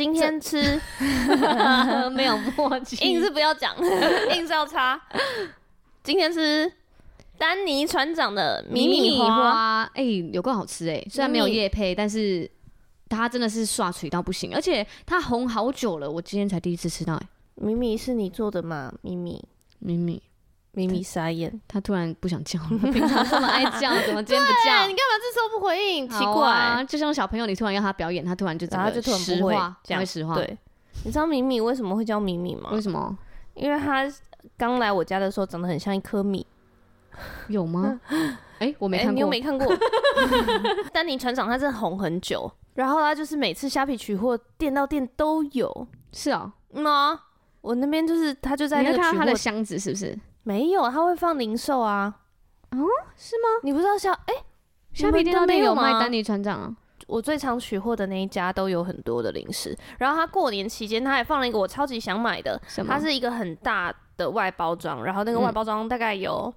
今天吃没有默契， 硬是不要讲，硬是要插。今天吃丹尼船长的米米花， 有够好吃虽然没有业配，但是它真的是刷嘴到不行，而且它红好久了，我今天才第一次吃到米米是你做的吗？米米傻眼， 他突然不想叫了，平常这么爱叫，怎么今天不叫？ 你干嘛这时候不回应？奇怪， 就像小朋友，你突然要他表演，他突然就突然不会讲会实话。 对，你知道米米为什么会叫米米吗？ 为什么？ 因为他刚来我家的时候长得很像一颗米。 有吗？我没看过， 你又没看过。丹尼船长他真的红很久，然后他就是每次虾皮取货，店到店都有。是啊，我那边就是他就在那个取货， 你看到他的箱子是不是？ 没有，他会放零售啊。 是吗？ 你不知道虾皮店到店有卖丹尼船长啊？ 我最常取货的那一家都有很多的零食，然后他过年期间他还放了一个我超级想买的，它是一个很大的外包装，然后那个外包装大概有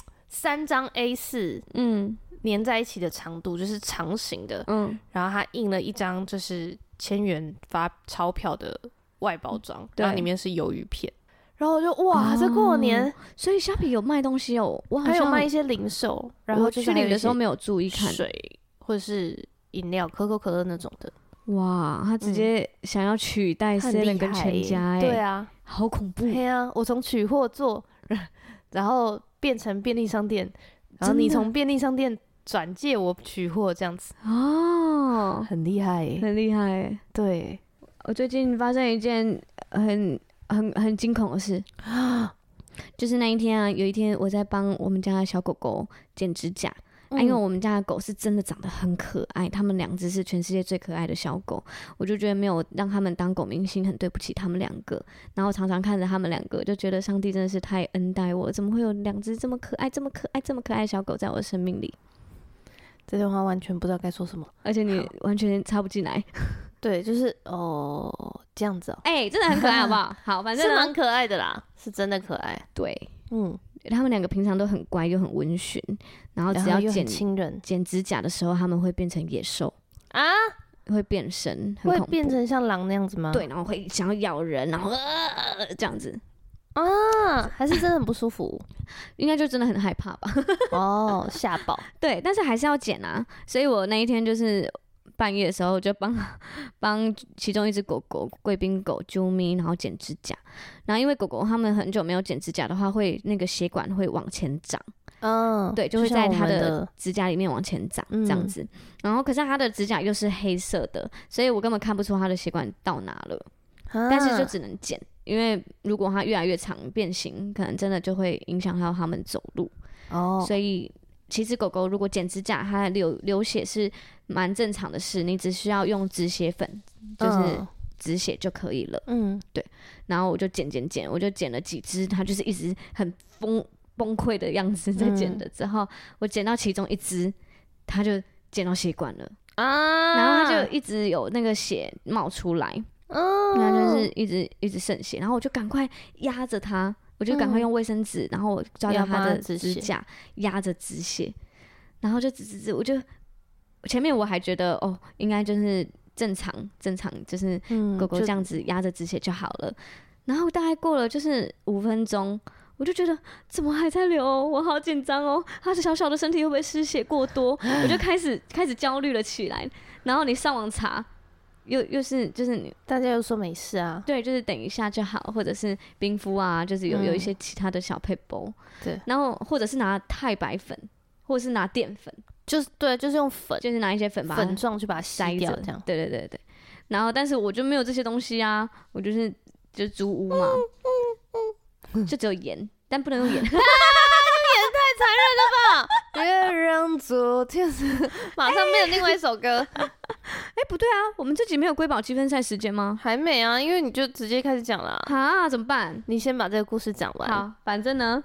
3张 A4，连在一起的长度，就是长形的，然后他印了一张就是1000元发钞票的外包装，然后里面是鱿鱼片。然后我就哇，这过年， 所以虾皮有卖东西哦，我好像还有卖一些零售，然后去领的时候没有注意看水或者是饮料，可口可乐那种的。 哇，他直接想要取代 Seven 跟全家对啊， 好恐怖。 对啊，我从取货做，然后变成便利商店，然后你从便利商店转借我取货这样子。很厉害很厉害。 对， 我最近发生一件很惊恐的事，就是那一天啊，有一天我在帮我们家的小狗狗剪指甲，因为我们家的狗是真的长得很可爱，它们2只是全世界最可爱的小狗，我就觉得没有让他们当狗明星很对不起他们2个，然后常常看着他们2个，就觉得上帝真的是太恩待我，怎么会有2只这么可爱、这么可爱、这么可爱的小狗在我的生命里？ 这段话完全不知道该说什么， 而且你完全插不进来。 对，就是这样子真的很可爱，好不好？好，反正是蛮可爱的啦，是真的可爱。 对，他们2个平常都很乖又很温驯，然后只要剪指甲的时候，他们会变成野兽啊，会变身， 会变成像狼那样子吗？ 对，然后会想要咬人，然后这样子啊，还是真的很不舒服， 应该就真的很害怕吧？ 吓爆。对， 但是还是要剪啊，所以我那一天就是半夜的时候就帮其中一只狗狗贵宾狗啾咪，然后剪指甲。然后因为狗狗它们很久没有剪指甲的话，会那个血管会往前长，对，就会在它的指甲里面往前长这样子。然后可是它的指甲又是黑色的，所以我根本看不出它的血管到哪了，但是就只能剪，因为如果它越来越长变形，可能真的就会影响到它们走路。所以其实狗狗如果剪指甲，它流血是蛮正常的事，你只需要用止血粉，就是止血就可以了。对。然后我就剪，我就剪了几只，它就是一直很崩溃的样子在剪的。之后我剪到其中一只，它就剪到血管了然后它就一直有那个血冒出来，它就是一直渗血，然后我就赶快压着它。我就赶快用卫生纸，然后我抓到他的指甲，压着止血，然后就止，我就前面我还觉得应该就是正常，就是狗狗这样子压着止血就好了。然后大概过了就是5分钟，我就觉得怎么还在流，我好紧张哦，它小小的身体会不会失血过多？我就开始焦虑了起来。然后你上网查。又是就是你大家又说没事啊， 对，就是等一下就好，或者是冰敷啊，就是有一些其他的小配包， 对， 然后或者是拿太白粉，或者是拿淀粉， 就是对，就是用粉， 就是拿一些粉状去把它塞掉，这样， 对，然后但是我就没有这些东西啊，我就是租屋嘛，就只有盐，但不能用盐。 也太残忍了吧！别让昨天马上变成另外一首歌。 不对啊，我们这集没有瑰宝积分赛时间吗？ 还没啊，因为你就直接开始讲了啊，怎么办？ 你先把这个故事讲完。 好，反正呢，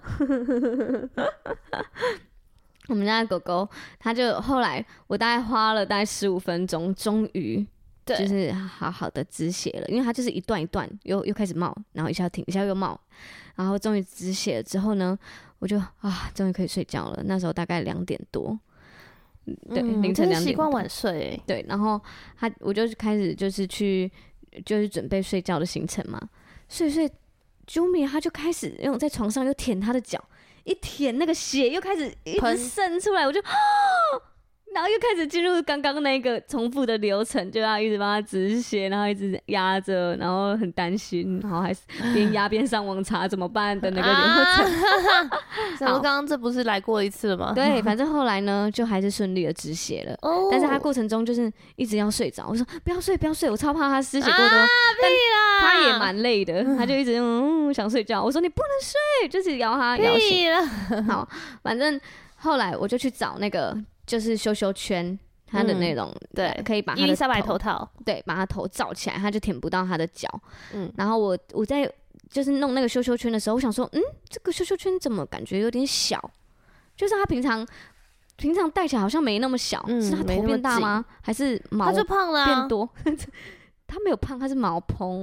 我们家的狗狗，它就后来我大概花了大概15分钟，终于就是好好的止血了，因为它就是一段一段又开始冒，然后一下停，一下又冒，然后终于止血了之后呢，我就终于可以睡觉了。那时候大概2点多，对，凌晨2点多。 习惯晚睡对，然后我就开始就是去就是准备睡觉的行程嘛，睡Jumi 他就开始用在床上又舔他的脚，一舔那个血又开始一直渗出来，我就然后又开始进入刚刚那个重复的流程，就要一直帮他止血，然后一直压着，然后很担心，然后还是边压边上网查怎么办的那个流程。 然后刚刚这不是来过一次了吗？ 对，反正后来呢，就还是顺利的止血了。但是他过程中就是一直要睡着，我说不要睡，不要睡，我超怕他失血过多。但他也蛮累的，他就一直想睡觉。我说你不能睡，就是摇他摇醒。好，反正后来我就去找那个。就是羞圈，它的那种，对，可以把他的伊丽莎白头套，对，把他头罩起来，他就舔不到他的脚。然后我在就是弄那个羞圈的时候，我想说，这个羞圈怎么感觉有点小？就是他平常戴起来好像没那么小，是他头变大吗？还是毛他就胖了变多？他没有胖，他是毛蓬。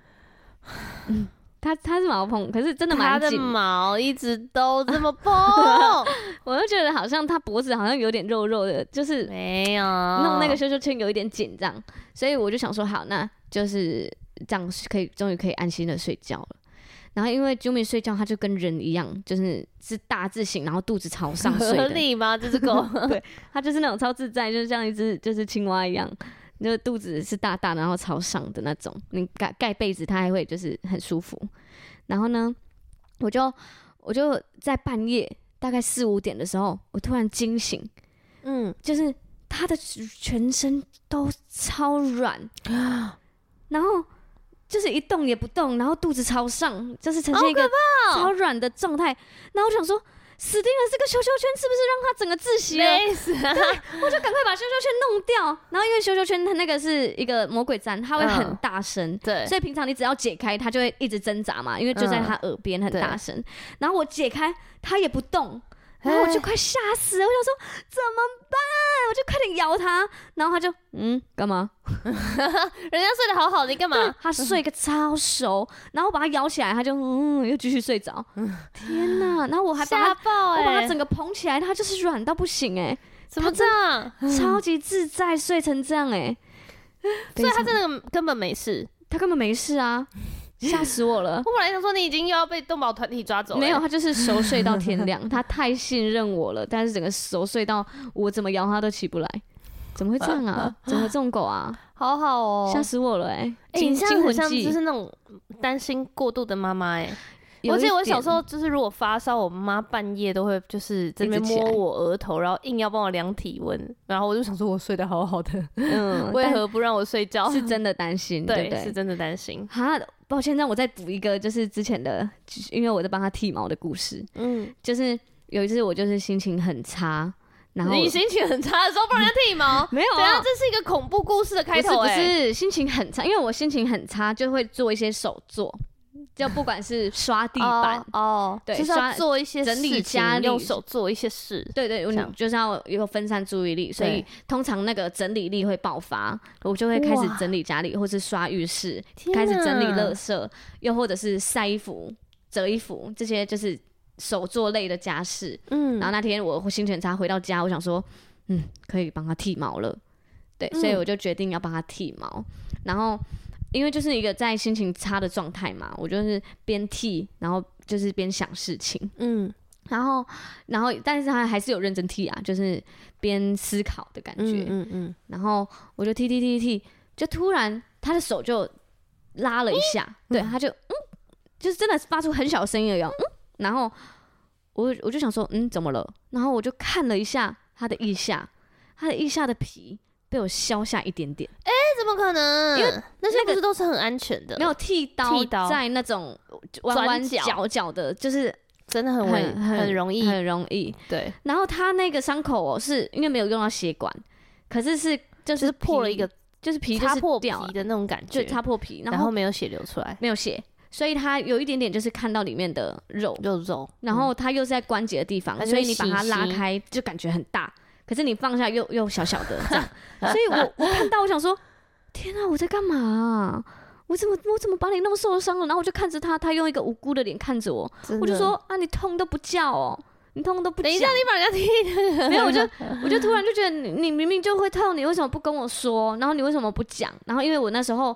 他是毛蓬，可是真的蛮紧。 他的毛一直都这么蓬， 我就觉得好像他脖子好像有点肉肉的，就是没有弄那个羞圈有一点紧张，所以我就想说好，那就是这样终于可以安心的睡觉了。然后因为 Jumi 睡觉，他就跟人一样，是大字型，然后肚子朝上睡的。 合理吗？这只狗？ 对，他就是那种超自在，就是像一只就是青蛙一样。就肚子是大大的，然后朝上的那种，你盖被子它还会就是很舒服。然后呢，我就在半夜大概4、5点的时候，我突然惊醒，就是他的全身都超软，然后就是一动也不动，然后肚子朝上，就是呈现一个超软的状态。然后我想说。死定了！这个羞圈是不是让他整个窒息了？ 没死啊！ 对，我就赶快把羞圈弄掉。然后因为羞圈它那个是一个魔鬼毡，它会很大声，对，所以平常你只要解开，它就会一直挣扎嘛，因为就在他耳边很大声。然后我解开，它也不动。然后我就快吓死了，我想说怎么办？我就快点摇他，然后他就干嘛？ 人家睡得好好的，你干嘛？ 他睡个超熟，然后我把他摇起来，他就又继续睡着。天哪！然后我还把我把他整个捧起来，他就是软到不行怎么这样？ 超级自在，睡成这样所以他真的根本没事， 他根本没事啊。吓死我了！ 我本来想说你已经又要被动保团体抓走了， 没有，他就是熟睡到天亮，他太信任我了，但是整个熟睡到我怎么摇他都起不来，怎么会这样啊？怎么会这种狗啊？ 好好哦， 吓死我了你很像就是那种担心过度的妈妈我记得我小时候就是如果发烧，我妈半夜都会就是在那边摸我额头，然后硬要帮我量体温，然后我就想说我睡得好好的，为何不让我睡觉？ 是真的担心，对， 是真的担心。 哈，抱歉，让我再补一个，就是之前的，因为我在帮他剃毛的故事。就是有一次我就是心情很差，然后你心情很差的时候帮人家剃毛， 没有啊？这是一个恐怖故事的开头， 不是心情很差，因为我心情很差就会做一些手作。就不管是刷地板对， 就是要做一些整理家里， 用手做一些事， 对，就是要有分散注意力，所以通常那个整理力会爆发，我就会开始整理家里，或是刷浴室，开始整理垃圾，又或者是晒衣服、折衣服，这些就是手作类的家事。然后那天我心情差回到家，我想说，可以帮他剃毛了，对，所以我就决定要帮他剃毛，然后。因为就是一个在心情差的状态嘛，我就是边剃，然后就是边想事情，然后，但是他还是有认真剃啊，就是边思考的感觉，然后我就剃，就突然他的手就拉了一下，对，他就就是真的发出很小的声音而已，然后我就想说，怎么了？然后我就看了一下他的腋下，的皮。被我削下一点点， 怎么可能？ 因为那些不是都是很安全的， 没有剃刀在那种弯弯角角的，就是真的很容易，对。 然后他那个伤口是因为没有用到血管，可是就是破了一个， 就是皮擦破皮的那种感觉， 就擦破皮， 然后没有血流出来， 没有血，所以他有一点点就是看到里面的肉，然后他又是在关节的地方，所以你把它拉开就感觉很大。可是你放下又小小的这样，所以我看到我想说，天啊，我在干嘛啊？我怎么把你弄受伤了？然后我就看着他用一个无辜的脸看着我，我就说啊，你痛都不叫哦，你痛都不讲。 等一下，你把人家踢没有，我就突然就觉得你明明就会痛，你为什么不跟我说？然后你为什么不讲？然后因为我那时候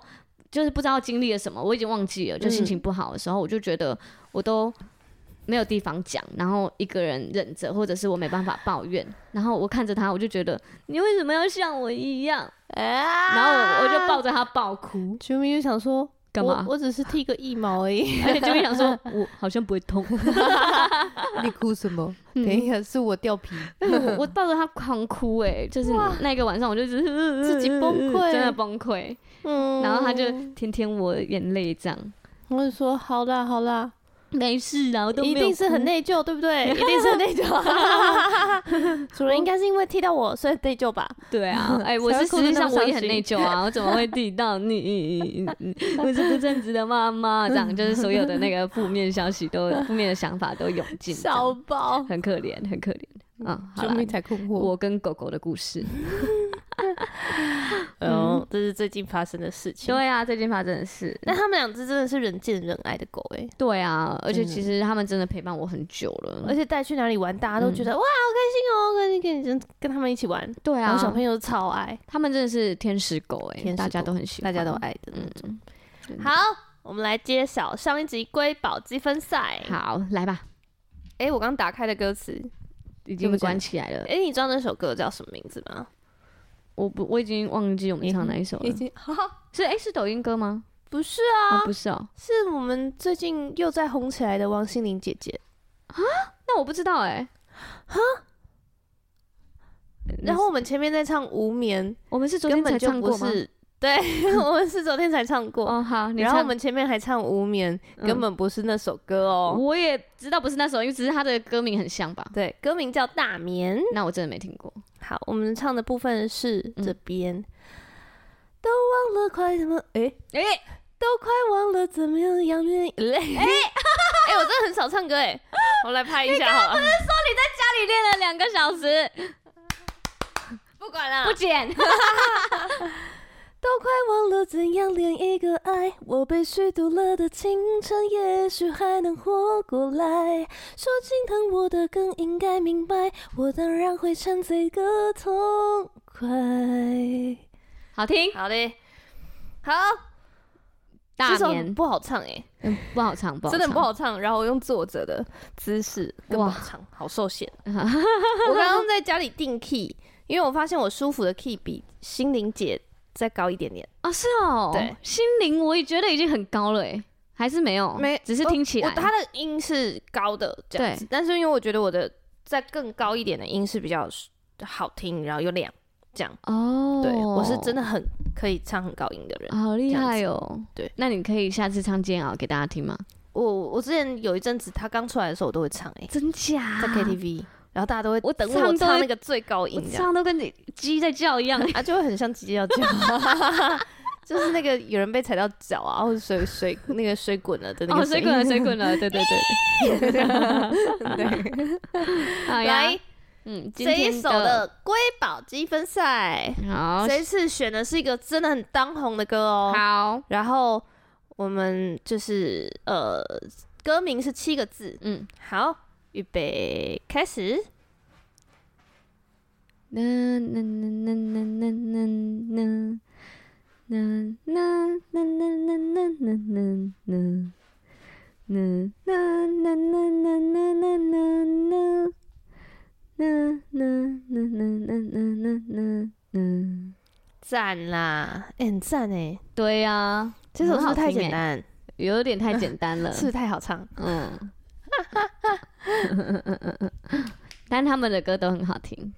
就是不知道经历了什么，我已经忘记了，就心情不好的时候，我就觉得我都没有地方讲，然后一个人忍着，或者是我没办法抱怨，然后我看着他，我就觉得你为什么要像我一样？然后我就抱着他爆哭。 啾咪就想说干嘛？ 我只是剃个腋毛而已。 而且啾咪想说，我好像不会痛。 你哭什么？等一下，是我掉皮。 我抱着他狂哭就是那个晚上我就自己崩溃， 真的崩溃。然后他就舔舔我的眼泪这样。 我就说好啦好啦。 没事啊，我都没有哭， 一定是很内疚，对不对？一定是很内疚。主人应该是因为踢到我，所以内疚吧？ 对啊，我是实际上我也很内疚啊，我怎么会踢到你？我是不正直的妈妈，这样就是所有的那个负面消息负面的想法都涌进， 小宝很可怜，很可怜。好啦， 才困惑。 我跟狗狗的故事。 这是最近发生的事情。 对啊，最近发生的事。 但他们两只真的是人见人爱的狗对啊，而且其实他们真的陪伴我很久了， 而且带去哪里玩，大家都觉得哇，好开心哦，跟他们一起玩。 对啊， 然后小朋友超爱， 他们真的是天使狗大家都很喜欢， 大家都爱的那种。好，我们来揭晓上一集瑰宝积分赛。 好，来吧。 我刚打开的歌词已经关起来了。 你知道那首歌叫什么名字吗？ 我已经忘记我们唱哪一首了。是抖音歌吗？ 不是啊， 不是哦， 是我们最近又在红起来的王心凌姐姐啊。那我不知道然后我们前面在唱《无眠》， 我们是昨天才唱过吗？ 对，我们是昨天才唱过。 好， 然后我们前面还唱《无眠》，根本不是那首歌哦。 我也知道不是那首，因为只是它的歌名很像吧？ 对，歌名叫《大眠》。 那我真的没听过。 好，我们唱的部分是这边。都忘了快怎么都快忘了怎么样养育累。我真的很少唱歌我来拍一下好了。 你刚刚不是说你在家里练了2个小时？ 不管了， 不剪。 都快忘了怎样恋一个爱，我被虚度了的青春，也许还能活过来。说心疼我的更应该明白，我当然会沉醉个痛快。 好听， 好的，好。 大眠不好唱不好唱， 真的不好唱。然后我用坐着的姿势更不好唱，好受限。我刚刚在家里定 key， 因为我发现我舒服的 key 比心凌姐再高一点点。 是哦。 对， 心凌我也觉得已经很高了还是没有？只是听起来它的音是高的这样子，但是因为我觉得我的再更高一点的音是比较好听，然后又亮。这样对，我是真的很可以唱很高音的人， 好厉害哦。 对， 那你可以下次唱煎熬给大家听吗？ 我之前有一阵子他刚出来的时候我都会唱真假？ 在 KTV， 然后大家都会等我唱那个最高音， 我唱都跟鸡在叫一样就会很像鸡要叫。就是那个有人被踩到脚啊，或者水那个水滚了的那个水滚了，对。对，好呀。 来。这一首的瑰宝积分赛， 好， 这一次选的是一个真的很当红的歌哦。 好， 然后我们就是歌名是7个字。好，预备开始。赞啦，很赞对呀， 这首是不是太简单？ 有点太简单了， 是不是太好唱？ 但他们的歌都很好听。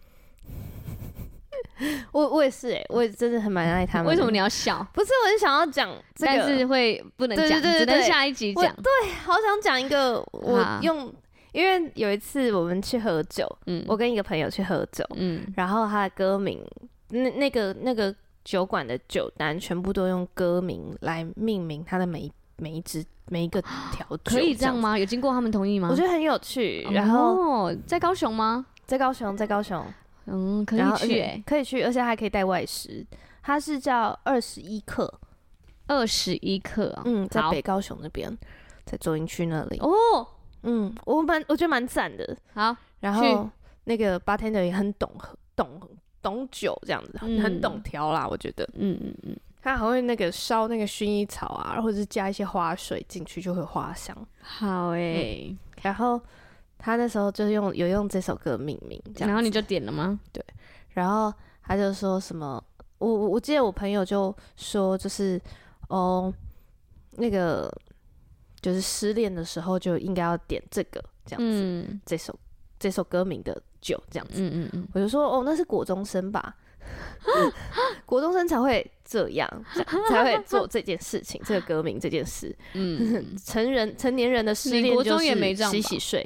我也是我也真的很蛮爱他们。 为什么你要笑？ 不是，我很想要讲这个， 但是不能讲，只能下一集讲。 对，好想讲一个，因为有一次我们去喝酒，我跟一个朋友去喝酒，然后他的歌名，那个酒馆的酒单全部都用歌名来命名他的每一个条酒， 可以这样吗？有经过他们同意吗？ 我觉得很有趣。然后在高雄吗？ 在高雄。 可以去可以去，而且还可以带外食。它是叫21克 ，21克在北高雄那边，在左营区那里。我觉得蛮赞的。 好， 然后那个 bartender 也很懂酒这样子，很懂调啦，我觉得。 它还会那个烧那个薰衣草啊，或者是加一些花水进去，就会有花香。 好欸。 然后他那时候就有用这首歌命名，这样子。 然后你就点了吗？ 对。然后他就说什么，我记得我朋友就说，就是那个就是失恋的时候就应该要点这个这样子，这首歌名的酒这样子。我就说那是国中生吧。国中生才会这样，才会做这件事情，这个歌名这件事。成年人的失恋就是洗洗睡。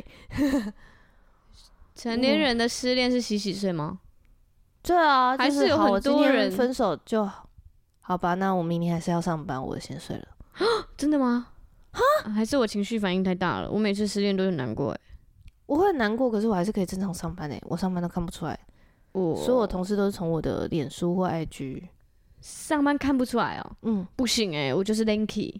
成年人的失恋是洗洗睡吗？ 对啊， 还是有很多人分手就好吧，那我明天还是要上班，我先睡了。 真的吗？还是我情绪反应太大了？我每次失恋都很难过我会很难过，可是我还是可以正常上班我上班都看不出来。所有同事都是从我的脸书或 IG 上班看不出来不行我就是 lanky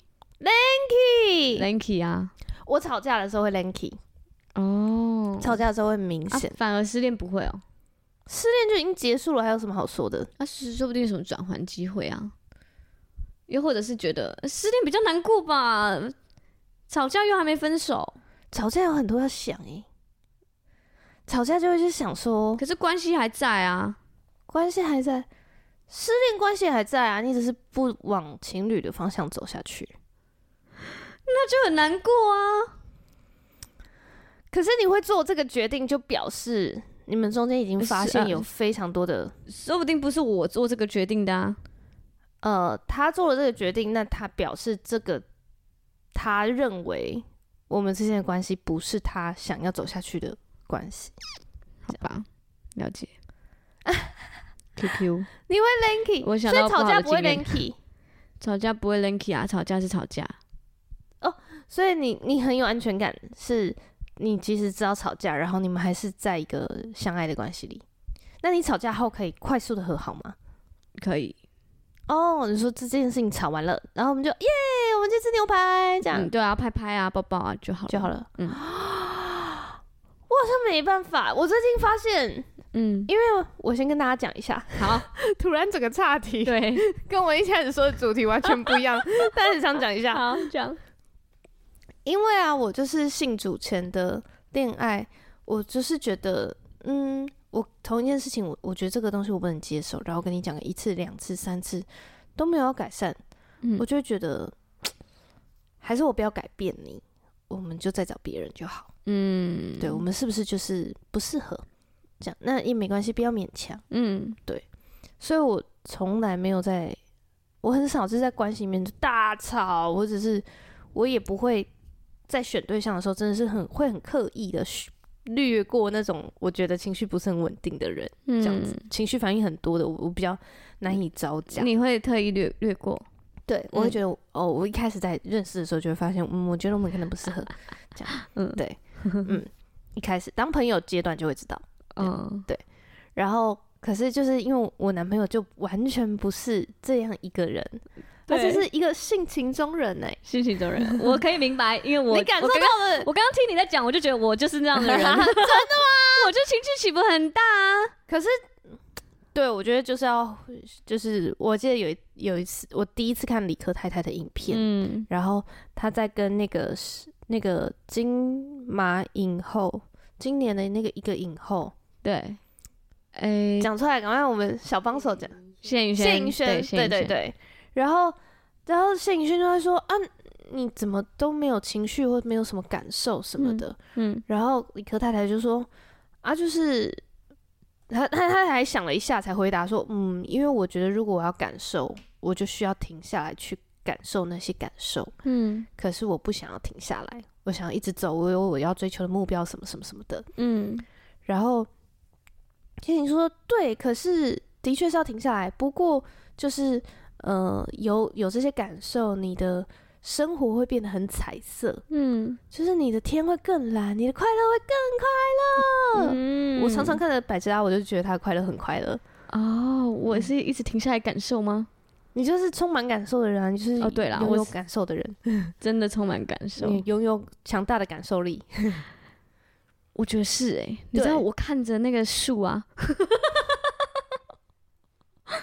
啊。 我吵架的时候会 lanky 吵架的时候会很明显， 反而失恋不会失恋就已经结束了，还有什么好说的？ 说不定有什么转换机会啊，又或者是觉得失恋比较难过吧，吵架又还没分手， 吵架有很多要想吵架就会去想说， 可是关系还在啊， 关系还在，失恋关系还在啊，你只是不往情侣的方向走下去， 那就很难过啊。 可是你会做这个决定，就表示你们中间已经发现有非常多的， 说不定不是我做这个决定的他做了这个决定，那他表示他认为我们之间的关系不是他想要走下去的关系， 好吧，了解。QQ， 你会 lanky， 我想到所以吵架不会 lanky， 吵架不会 lanky 啊，吵架是吵架。 所以你很有安全感，是你即使知道吵架，然后你们还是在一个相爱的关系里。那你吵架后可以快速的和好吗？ 可以。 你说这件事情吵完了，然后我们就耶，我们去吃牛排，这样。 对啊，拍拍啊，抱抱啊就好了。 我好像没办法，我最近发现，因为我先跟大家讲一下， 好， 突然整个岔题， 对， 跟我一开始说的主题完全不一样，但是想讲一下， 好讲， 因为我就是性主前的恋爱，我就是觉得，我同一件事情，我觉得这个东西我不能接受，然后跟你讲个1次、2次、3次都没有要改善，我就会觉得，还是我不要改变你，我们就再找别人就好。对，我们是不是就是不适合？这样那也没关系，不要勉强。对，所以我从来没有我很少是在关系里面就大吵，或者是我也不会在选对象的时候，真的是会很刻意的略过那种我觉得情绪不是很稳定的人，这样子情绪反应很多的，我比较难以招架。 你会特意略过？ 对，我会觉得我一开始在认识的时候就会发现，我觉得我们可能不适合，这样，对，一开始当朋友阶段就会知道，对，然后可是就是因为我男朋友就完全不是这样一个人，他就是一个性情中人性情中人，我可以明白，因为你感受到了， 我刚刚听你在讲，我就觉得我就是那样的人，真的吗？我就情绪起伏很大可是。对，我觉得就是我记得有一次，我第一次看理科太太的影片，然后他在跟那个金马影后，今年的一个影后， 对， 讲出来，赶快我们小帮手讲， 谢盈萱， 对，然后谢盈萱就会说你怎么都没有情绪或没有什么感受什么的，然后理科太太就说就是。他还想了一下，才回答说：“因为我觉得如果我要感受，我就需要停下来去感受那些感受。可是我不想要停下来，我想要一直走，我有我要追求的目标，什么什么什么的。然后天晴说：对，可是的确是要停下来。不过就是有这些感受，你的。”生活会变得很彩色，就是你的天会更蓝，你的快乐会更快乐。我常常看着百吉拉，我就觉得他快乐很快乐。 我是一直停下来感受吗？ 你就是充满感受的人你就是对啦， 拥有感受的人， 真的充满感受， 你拥有强大的感受力。 我觉得是你知道我看着那个树啊，我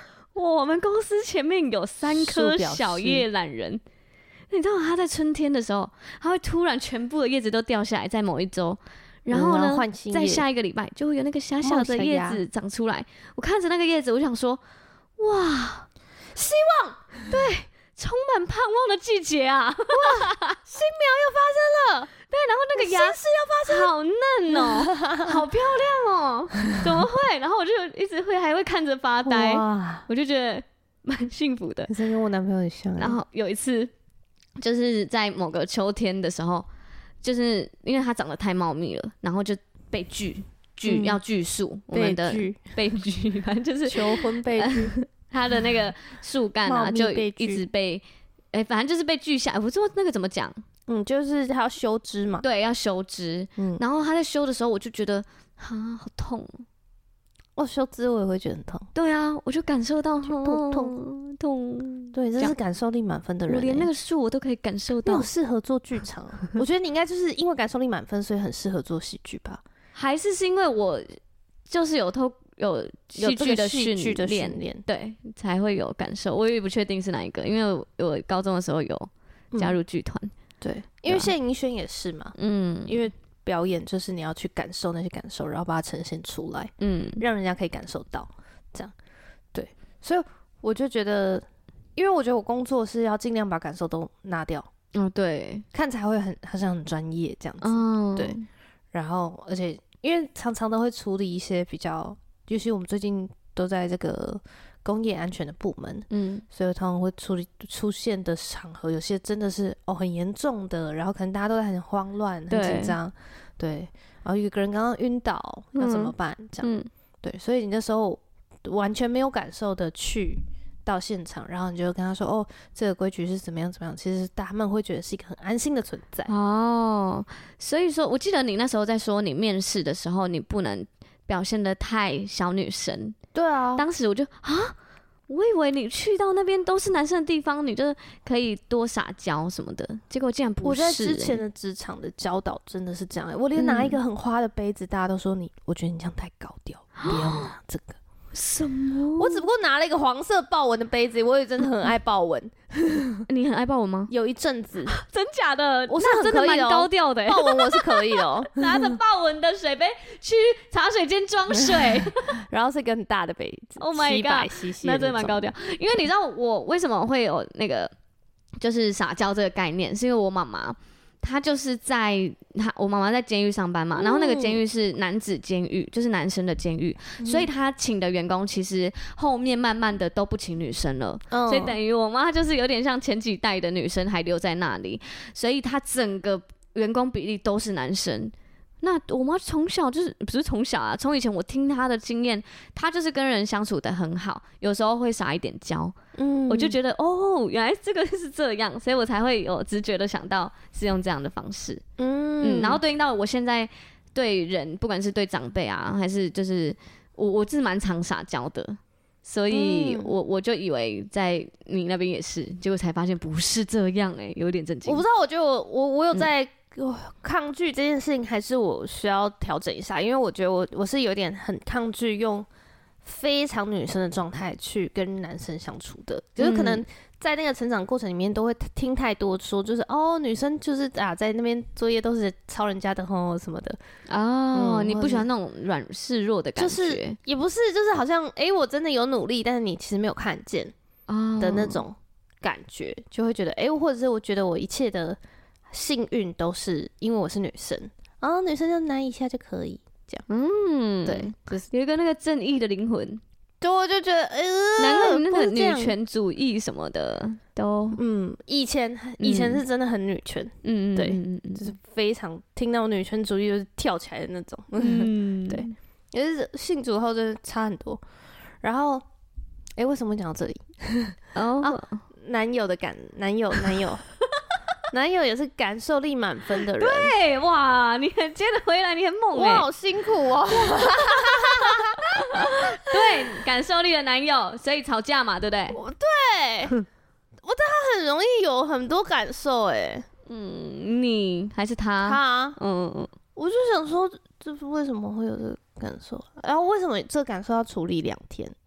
我们公司前面有3棵小叶懒人，你知道它在春天的时候，它会突然全部的叶子都掉下来，在某一周，然后呢，在下一个礼拜就会有那个小小的叶子长出来。我看着那个叶子，我想说，哇， 希望， 对，充满盼望的季节啊！哇， 新苗又发生了， 对，然后那个芽是要发生， 好嫩哦，好漂亮哦，怎么会？然后我就一直还会看着发呆，我就觉得蛮幸福的。 可是跟我男朋友很像。 然后有一次，就是在某个秋天的时候，就是因为它长得太茂密了，然后就被要锯树，我们的被锯，反正就是求婚被锯。 它的那个树干啊，就一直被，反正就是被锯下来。我说那个怎么讲？ 就是它要修枝嘛。 对，要修枝。然后他在修的时候，我就觉得啊，好痛。 修枝我也会觉得很痛。 对啊，我就感受到痛。 对，真是感受力满分的人。 我连那个树我都可以感受到。 你适合做剧场。我觉得你应该就是因为感受力满分，所以很适合做戏剧吧？ 还是因为我就是有戏剧的训练，对，才会有感受。我也不确定是哪一个，因为我高中的时候有加入剧团， 对，因为谢盈萱也是嘛，因为表演就是你要去感受那些感受，然后把它呈现出来，让人家可以感受到，这样，对，所以我就觉得，因为我觉得我工作是要尽量把感受都拿掉， 对， 看才会好像很专业这样子，对，然后而且因为常常都会处理一些比较。尤其我们最近都在这个工业安全的部门，所以他们会出现的场合，有些真的是很严重的，然后可能大家都在很慌乱、很紧张，对，然后有一个人刚刚晕倒，要怎么办？这样，对，所以你那时候完全没有感受的去到现场，然后你就跟他说，这个规矩是怎么样，其实他们会觉得是一个很安心的存在。 所以说，我记得你那时候在说，你面试的时候你不能表现得太小女生。 对啊， 当时我就我以为你去到那边都是男生的地方，你就可以多撒娇什么的，结果竟然不是。 我在之前的职场的教导真的是这样，我连拿一个很花的杯子，大家都说我觉得你这样太高调，不要拿这个。 什么？ 我只不过拿了一个黄色豹纹的杯子，我也真的很爱豹纹。 你很爱豹纹吗？ 有一阵子。 真假的？ 我是真的蛮高调的。 豹纹我是可以的拿着豹纹的水杯去茶水间装水， 然后是一个很大的杯子。 Oh my god， 700cc 那真的蛮高调。因为你知道我为什么会有那个就是撒娇这个概念，是因为我妈妈。他就是我妈妈在监狱上班嘛，然后那个监狱是男子监狱，就是男生的监狱，所以他请的员工其实后面慢慢的都不请女生了，所以等于我妈就是有点像前几代的女生还留在那里，所以他整个员工比例都是男生。那我妈从小就是不是从小啊，从以前我听她的经验，她就是跟人相处得很好，有时候会撒一点娇，我就觉得原来这个是这样，所以我才会有直觉的想到是用这样的方式，然后对应到我现在对人，不管是对长辈啊，还是就是我是蛮常撒娇的，所以我就以为在你那边也是，结果才发现不是这样，有点震惊。 我不知道，我觉得我有在。抗拒这件事情还是我需要调整一下，因为我觉得我是有点很抗拒用非常女生的状态去跟男生相处的，就是可能在那个成长过程里面都会听太多说，就是女生就是在那边作业都是抄人家的什么的你不喜欢那种软示弱的感觉， 就是也不是，就是好像我真的有努力，但是你其实没有看见的那种感觉，就会觉得或者是我觉得我一切的幸运都是因为我是女生，女生就拿一下就可以这样，对，就是有一个那个正义的灵魂， 对，我就觉得， 难怪那个女权主义什么的都， 以前是真的很女权，对，就是非常听到女权主义就是跳起来的那种，对，也是信主后真的差很多。然后，为什么讲到这里？男友男友也是感受力满分的人， 对，哇，你很接得回来，你很猛， 我好辛苦哦。 对，感受力的男友，所以吵架嘛，对不对？ 对，我对他很容易有很多感受， 你还是他？ 我就想说，就是为什么会有这个感受，然后为什么这个感受要处理2天？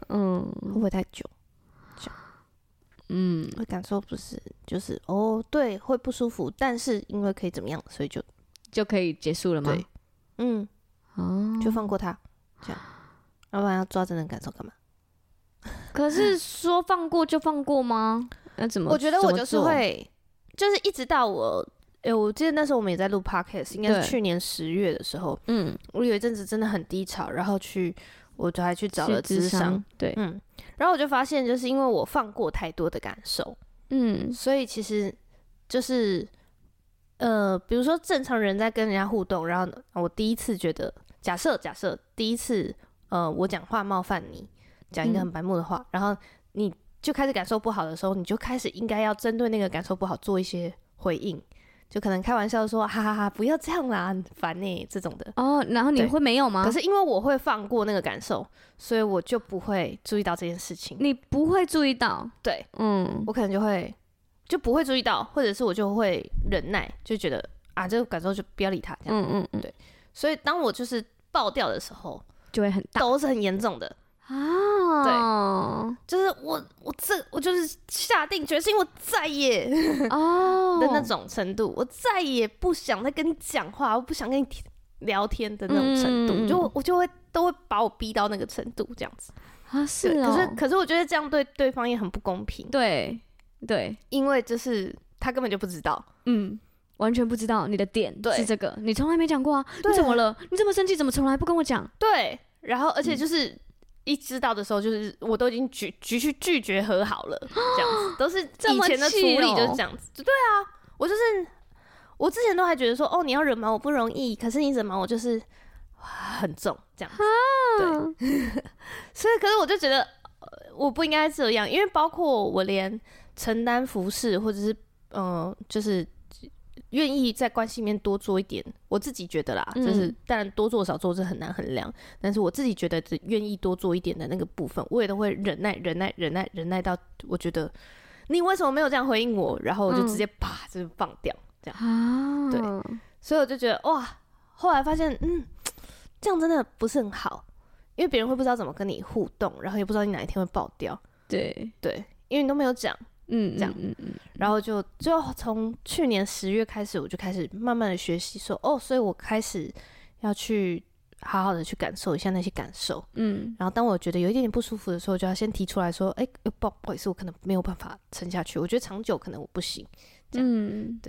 会不会太久？这样，会感受不是就是对，会不舒服，但是因为可以怎么样，所以就可以结束了吗？ 对，就放过他，这样，要不然要抓真的感受干嘛？ 可是说放过就放过吗？那怎么？ 我觉得我就是会，就是一直到我记得那时候我们也在录 podcast， 应该是去年10月的时候，我有一阵子真的很低潮，然后我就还去找了諮商， 对， 然后我就发现，就是因为我放过太多的感受，所以其实就是比如说正常人在跟人家互动，然后我第一次觉得，假设第一次我讲话冒犯你，讲一个很白目的话，然后你就开始感受不好的时候，你就开始应该要针对那个感受不好做一些回应。就可能开玩笑说哈哈哈，不要这样啦，很烦欸这种的。 然后你会没有吗？ 可是因为我会放过那个感受，所以我就不会注意到这件事情。 你不会注意到？ 对，我可能就不会注意到，或者是我就会忍耐，就觉得这个感受就不要理他，这样。对。所以当我就是爆掉的时候， 就会很大， 都是很严重的。对，就是我就是下定决心，我再也的那种程度，我再也不想再跟你讲话，我不想跟你聊天的那种程度，我就会都会把我逼到那个程度，这样子是哦。 可是我觉得这样对对方也很不公平， 对， 因为就是他根本就不知道， 完全不知道你的点是这个，你从来没讲过啊， 你怎么了？你这么生气，怎么从来不跟我讲？ 对，然后而且就是一知道的时候，就是我都已经拒绝和好了，这样子都是以前的处理就是这样子。对啊，我之前都还觉得说，你要惹毛我不容易，可是你惹毛我就是很重这样子。对，所以可是我就觉得我不应该这样，因为包括我连承担服侍或者是就是愿意在关系里面多做一点，我自己觉得啦，就是当然多做少做是很难衡量，但是我自己觉得愿意多做一点的那个部分，我也都会忍耐到我觉得你为什么没有这样回应我，然后我就直接啪就是放掉这样。对，所以我就觉得哇，后来发现这样真的不是很好，因为别人会不知道怎么跟你互动，然后也不知道你哪一天会爆掉。对，因为你都没有讲。这样，然后就从去年10月开始，我就开始慢慢的学习说，所以我开始要去好好的去感受一下那些感受，然后当我觉得有一点点不舒服的时候，就要先提出来说，不好意思，我可能没有办法撑下去，我觉得长久可能我不行，这样，对，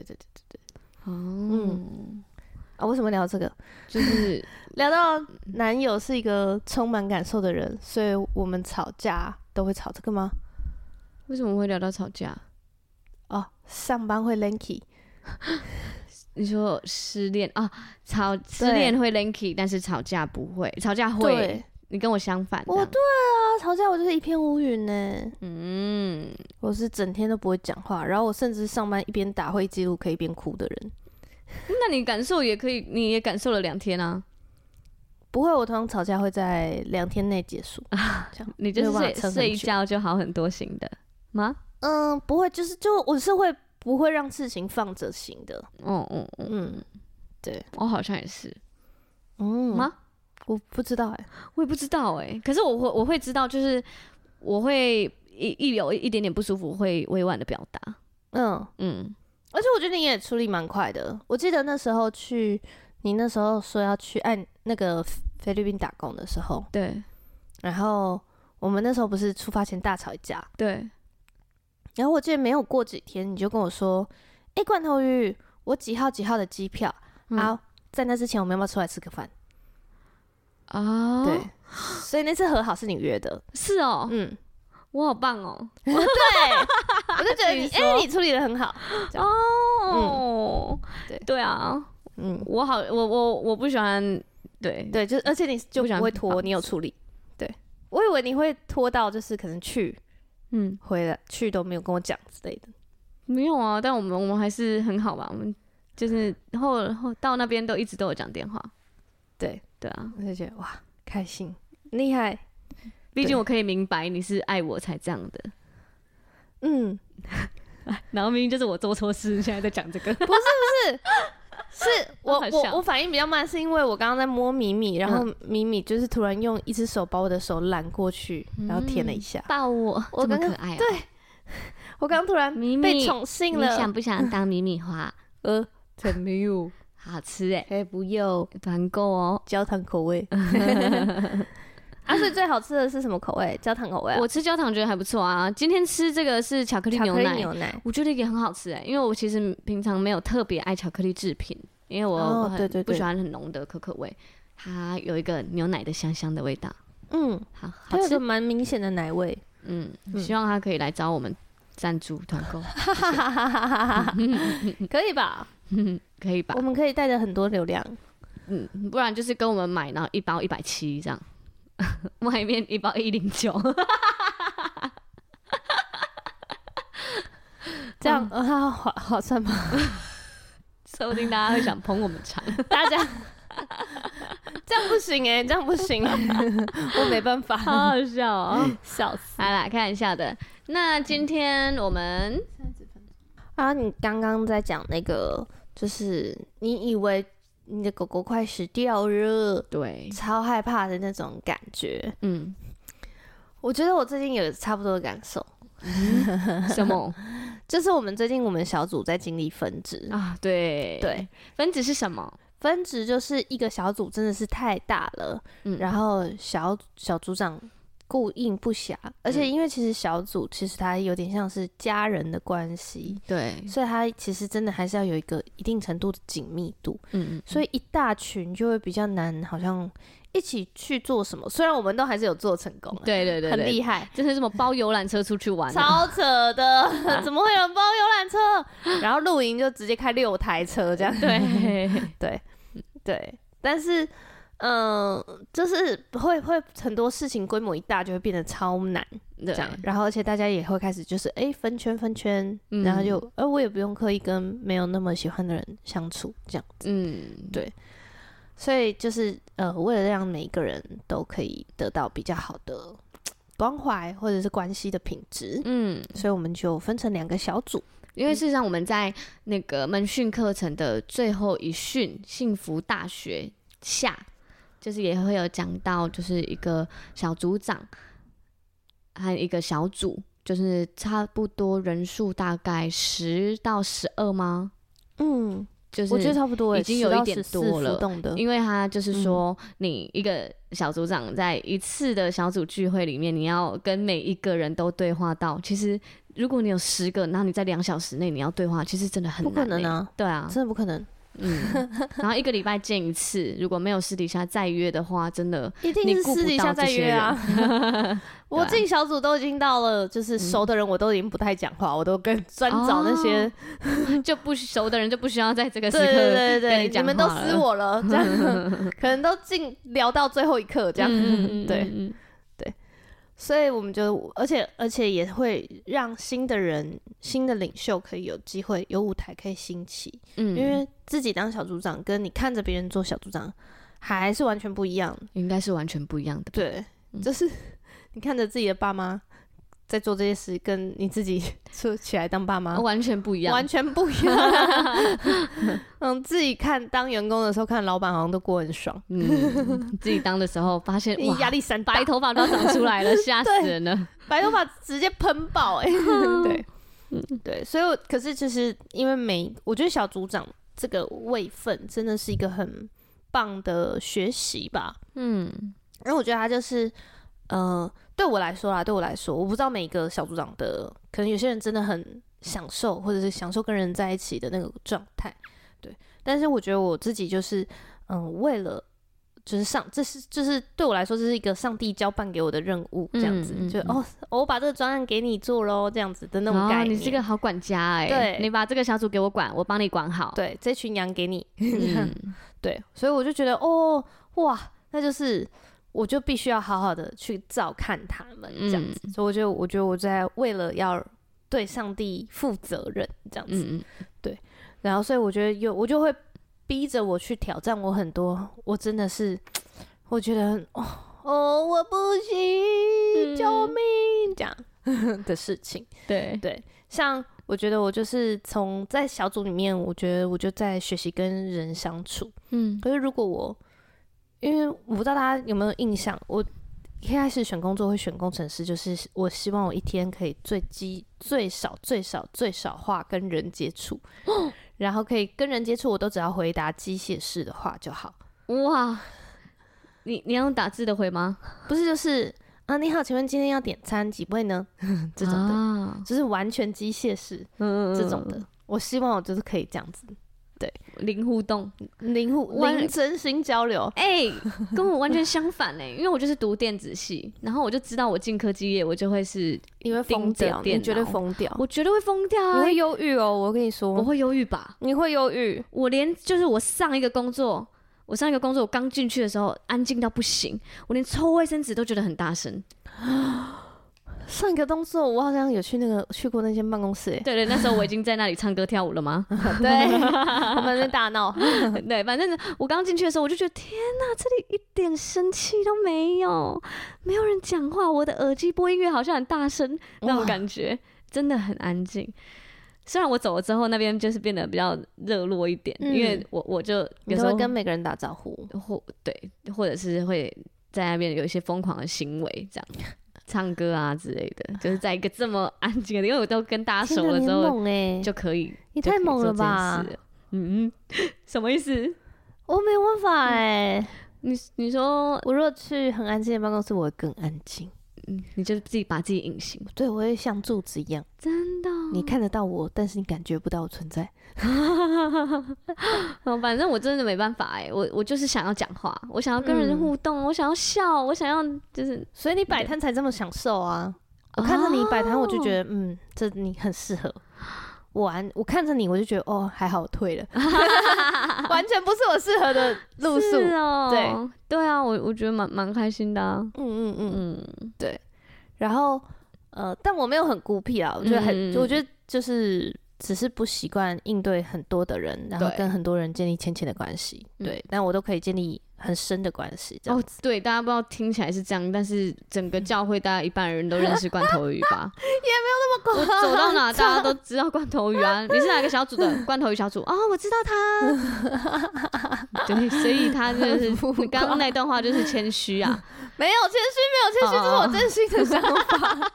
为什么聊这个？就是聊到男友是一个充满感受的人，所以我们吵架都会吵这个吗？ 为什么会聊到吵架？ 上班会 lanky。 你说失恋啊？失恋会 lanky， 但是吵架不会，吵架会。你跟我相反。对啊，吵架我就是一片乌云呢。我是整天都不会讲话，然后我甚至上班一边打会记录可以一边哭的人。 那你感受也可以，你也感受了2天啊？ 不会，我通常吵架会在2天内结束。这样你就是睡一觉就好很多型的吗？ 不会，就我是不会让事情放着型的。对， 我好像也是。 吗？我不知道我也不知道可是我会知道，就是我会有一点点不舒服，会委婉的表达。 而且我觉得你也处理蛮快的。我记得那时候你那时候说要去按那个菲律宾打工的时候， 对。 然后我们那时候不是出发前大吵一架， 对。 然后我记得没有过几天，你就跟我说：“罐头鱼，我几号的机票在那之前我们要不要出来吃个饭？”对，所以那次和好是你约的。 是哦。我好棒哦。 对，我就觉得你处理得很好。 对啊。我不喜欢。对， 就而且你就不会拖，你有处理。对，我以为你会拖到就是可能回来去都没有跟我讲之类的。 没有啊，但我们还是很好吧。我们就是后到那边都一直都有讲电话。对啊， 我就觉得哇，开心，厉害。 毕竟我可以明白你是爱我才这样的。 然后明明就是我做错事，现在在讲这个。 不是， 是我反应比较慢，是因为我刚刚在摸米米，然后米米就是突然用一只手把我的手揽过去，然后舔了一下， 抱我，这么可爱。 对，我刚突然被宠幸了。 你想不想当米米花？ 才没有， 好吃不要团购哦， 焦糖口味。所以最好吃的是什么口味？焦糖口味我吃焦糖觉得还不错啊。今天吃这个是巧克力牛奶，我觉得也很好吃因为我其实平常没有特别爱巧克力制品，因为我不喜欢很浓的可可味，它有一个牛奶的香香的味道。好吃， 蛮明显的奶味。 希望它可以来找我们赞助团购。 可以吧？ 可以吧？ 我们可以带着很多流量。 不然就是跟我们买，然后一包170这样。外面一包109， 这样划算吗？ 说不定大家会想捧我们场， 大家这样不行这样不行，我没办法， 好好笑哦， 笑死！ 好啦，开玩笑的。那今天我们你刚刚在讲那个，就是你以为你的狗狗快死掉了， 对， 超害怕的那种感觉。我觉得我最近有差不多的感受。 什么？ 就是我们最近小组在经历分支啊，对，分支是什么？ 分支就是一个小组真的是太大了，然后小组长顾应不暇，而且因为其实小组其实它有点像是家人的关系， 对， 所以它其实真的还是要有一个一定程度的紧密度，所以一大群就会比较难，好像一起去做什么。虽然我们都还是有做成功， 对， 很厉害， 真是什么包游览车出去玩， 超扯的，怎么会有人包游览车？然后露营就直接开6台车这样，对，但是。就是会很多事情规模一大就会变得超难，这样，然后而且大家也会开始就是分圈，然后就我也不用刻意跟没有那么喜欢的人相处这样子，对，所以就是为了让每一个人都可以得到比较好的关怀或者是关系的品质，所以我们就分成2个小组。 因为事实上我们在那个门训课程的最后一训幸福大学下。就是也会有讲到，就是一个小组长和一个小组，就是差不多人数大概10到12吗？就是我觉得差不多， 已经有一点多了。因为他就是说，你一个小组长在一次的小组聚会里面，你要跟每一个人都对话到，其实如果你有10个，然后你在2小时内你要对话，其实真的很难， 不可能啊！ 对啊， 真的不可能。 然后1个礼拜见一次，如果没有私底下再约的话，真的一定是私底下再约啊！我自己小组都已经到了，就是熟的人我都已经不太讲话，我都跟专找那些就不熟的人就不需要在这个时刻对， 你们都撕我了，这样可能都聊到最后一刻这样，对。所以我们就，而且也会让新的人、新的领袖可以有机会、有舞台可以兴起。因为自己当小组长，跟你看着别人做小组长，还是完全不一样。 应该是完全不一样的。 对，就是你看着自己的爸妈在做这些事，跟你自己起来当爸妈完全不一样， 完全不一样。自己当员工的时候，看老板好像都过很爽。 自己当的时候发现哇， 压力山大， 白头发都长出来了，吓死人了。 白头发直接喷爆对，所以可是就是因为我觉得小组长这个位分真的是一个很棒的学习吧。因为我觉得他就是对我来说，我不知道每一个小组长的，可能有些人真的很享受，或者是享受跟人在一起的那个状态，对。但是我觉得我自己就是，为了就是就是对我来说，这是一个上帝交办给我的任务，这样子，我把这个专案给你做咯，这样子的那种概念。 你是个好管家对， 你把这个小组给我管，我帮你管好。 对，这群羊给你，对，所以我就觉得哇，那就是。我就必须要好好的去照看他们，这样子，所以我觉得我在为了要对上帝负责任，这样子，对，然后所以我觉得我就会逼着我去挑战我很多，我真的是我觉得我不行，救命这样的事情， 对， 像我觉得我就是在小组里面，我觉得我就在学习跟人相处。可是如果因为我不知道大家有没有印象，我一开始选工作会选工程师，就是我希望我一天可以最少化跟人接触，然后可以跟人接触，我都只要回答机械式的话就好。 哇，你要用打字的回吗？ 不是，就是你好，请问今天要点餐几位呢？这种的，就是完全机械式这种的。我希望我就是可以这样子，对， 零互动， 零真心交流。 跟我完全相反因为我就是读电子系，然后我就知道我进科技业，我就会是你会疯掉，你绝对疯掉， 我绝对会疯掉你会忧郁哦，我跟你说， 我会忧郁吧？ 你会忧郁？ 我连就是我上一个工作，我刚进去的时候安静到不行，我连抽卫生纸都觉得很大声。 上一个工作我好像有去过那间办公室对，那时候我已经在那里唱歌跳舞了吗？ 对，我们在大闹。 对，反正我刚进去的时候我就觉得天哪，这里一点生气都没有，没有人讲话，我的耳机播音乐好像很大声那种感觉，真的很安静。虽然我走了之后那边就是变得比较热络一点，因为我就有时候会跟每个人打招呼， 或者是会在那边有一些疯狂的行为这样。唱歌啊之类的，就是在一个这么安静的地方，因为我都跟大家熟了之后就可以。 你太猛了吧？ 什么意思？ 我没有办法你说我如果去很安静的办公室，我会更安静。 你就自己把自己隐形。 对，我会像柱子一样， 真的。 你看得到我，但是你感觉不到我存在。 反正我真的没办法我就是想要讲话，我想要跟人互动，我想要笑，我想要就是， 所以你摆摊才这么享受啊！我看着你摆摊，我就觉得这你很适合。我看着你，我就觉得还好，我退了，完全不是我适合的路数。 是哦，对啊，我觉得蛮开心的啊。 对。然后但我没有很孤僻啊，我觉得就是只是不习惯应对很多的人，然后跟很多人建立浅浅的关系。对，但我都可以建立很深的关系。 对，大家不知道听起来是这样，但是整个教会大家一半人都认识罐头鱼吧？ 也没有那么夸张。 我走到哪大家都知道罐头鱼啊。你是哪个小组的？罐头鱼小组我知道他。对，所以他就是刚刚那段话就是谦虚啊。 没有谦虚，这是我真心的想法。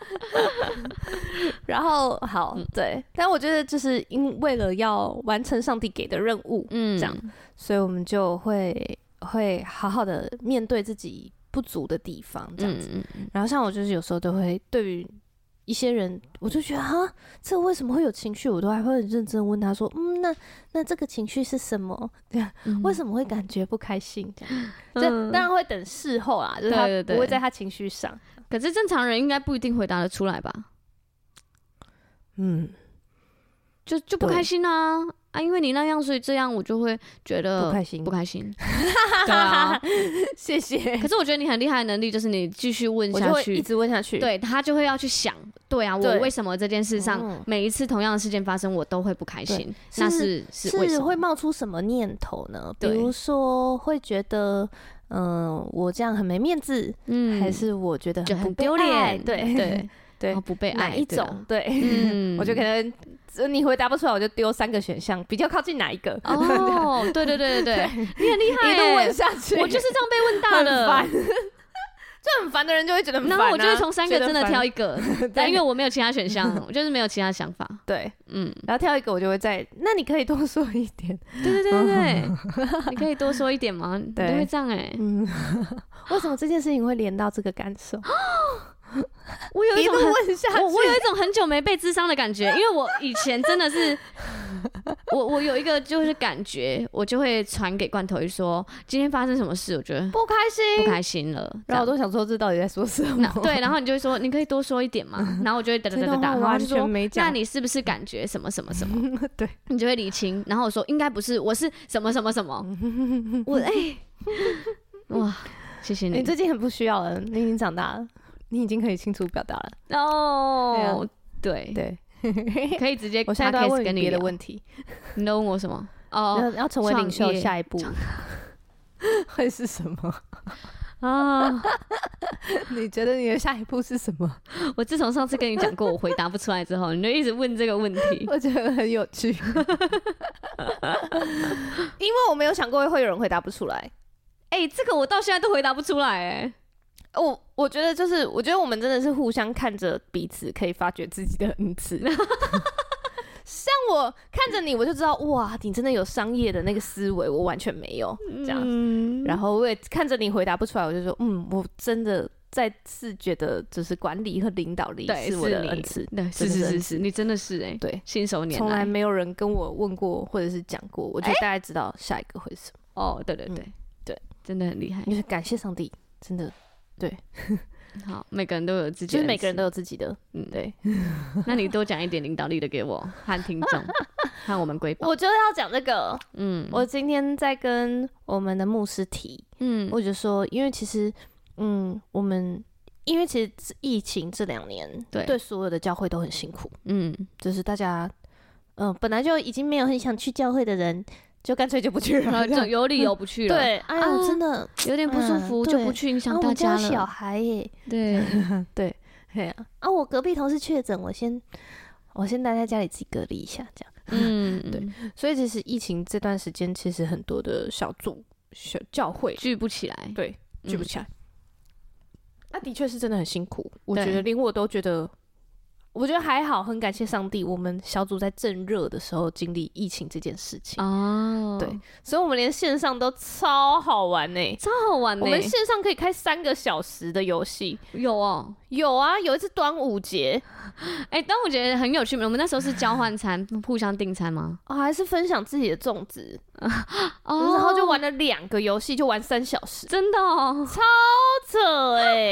然后好，对，但我觉得就是为了要完成上帝给的任务，这样，所以我们就会好好的面对自己不足的地方，这样子。然后像我就是有时候都会对于一些人，我就觉得这为什么会有情绪，我都还会很认真问他说，那这个情绪是什么？这样为什么会感觉不开心？这样，当然会等事后啦，就是他不会在他情绪上。 可是正常人应该不一定回答得出来吧？就不开心啊！因为你那样，所以这样我就会觉得不开心。对啊， 谢谢。 可是我觉得你很厉害的能力就是你继续问下去， 我就会一直问下去。 对，他就会要去想，对啊，我为什么这件事上每一次同样的事件发生，我都会不开心？那是为什么？ 会冒出什么念头呢？比如说会觉得，我这样很没面子，还是我觉得很丢脸？ 对， 不被爱哪一种？对，我就可能你回答不出来，我就丢3个选项，比较靠近哪一个？ 对，你很厉害， 一路问下去， 我就是这样被问大的， 就很烦的人就会觉得很烦， 然后我就会从3个真的挑一个，但因为我没有其他选项，我就是没有其他想法。 对，然后挑一个我就会那你可以多说一点。 对，你可以多说一点吗？你都会这样为什么这件事情会连到这个感受？ 我有一种我有一种很久没被諮商的感觉，因为我以前真的是，我有一个就是感觉，我就会传给罐头鱼说今天发生什么事，我觉得不开心了， 然后我都想说这到底在说什么？ 对，然后你就会说你可以多说一点嘛，然后我就会哒，然后就说那你是不是感觉什么什么什么？ 对， 你就会理清，然后我说应该不是，我是什么什么什么，我哇，谢谢你， 你最近很不需要了，你已经长大了。你已经可以清楚表达了对，可以直接。 我现在都在问别的问题， 你都问我什么？ 要成为领袖，下一步会是什么？ 啊！ 你觉得你的下一步是什么？ 我自从上次跟你讲过我回答不出来之后，你就一直问这个问题， 我觉得很有趣，因为我没有想过会有人回答不出来。 这个我到现在都回答不出来我觉得就是我觉得我们真的是互相看着彼此，可以发掘自己的恩赐。像我看着你，我就知道哇，你真的有商业的那个思维，我完全没有这样。然后我也看着你回答不出来，我就说我真的再次觉得就是管理和领导力是我的恩赐。 对，是，你真的是对，信手拈来， 从来没有人跟我问过或者是讲过，我就大概知道下一个会是什么。 对，真的很厉害， 就是感谢上帝，真的对。 好，每个人都有自己的， 就是每个人都有自己的，对。 那你多讲一点领导力的给我和听众，和我们瑰宝。 我就是要讲这个，我今天在跟我们的牧师提，我就说，因为其实，因为其实疫情这2年，对所有的教会都很辛苦，就是大家，本来就已经没有很想去教会的人。就干脆就不去了， 就有理由不去了。 对，哎呀，真的有点不舒服，就不去影响大家了。 我家小孩耶， 对对，我隔壁同事确诊，我先待在家里自己隔离一下，这样。对，所以其实疫情这段时间，其实很多的小组、小教会聚不起来， 对，聚不起来。那的确是真的很辛苦，我觉得连我都觉得。我觉得还好，很感谢上帝，我们小组在正热的时候经历疫情这件事情。对，所以我们连线上都超好玩超好玩我们线上可以开3个小时的游戏。 有啊， 有一次端午节， 端午节很有趣。我们那时候是交换餐，互相订餐吗？ 还是分享自己的粽子？然后就玩了2个游戏，就玩3小时， 真的超扯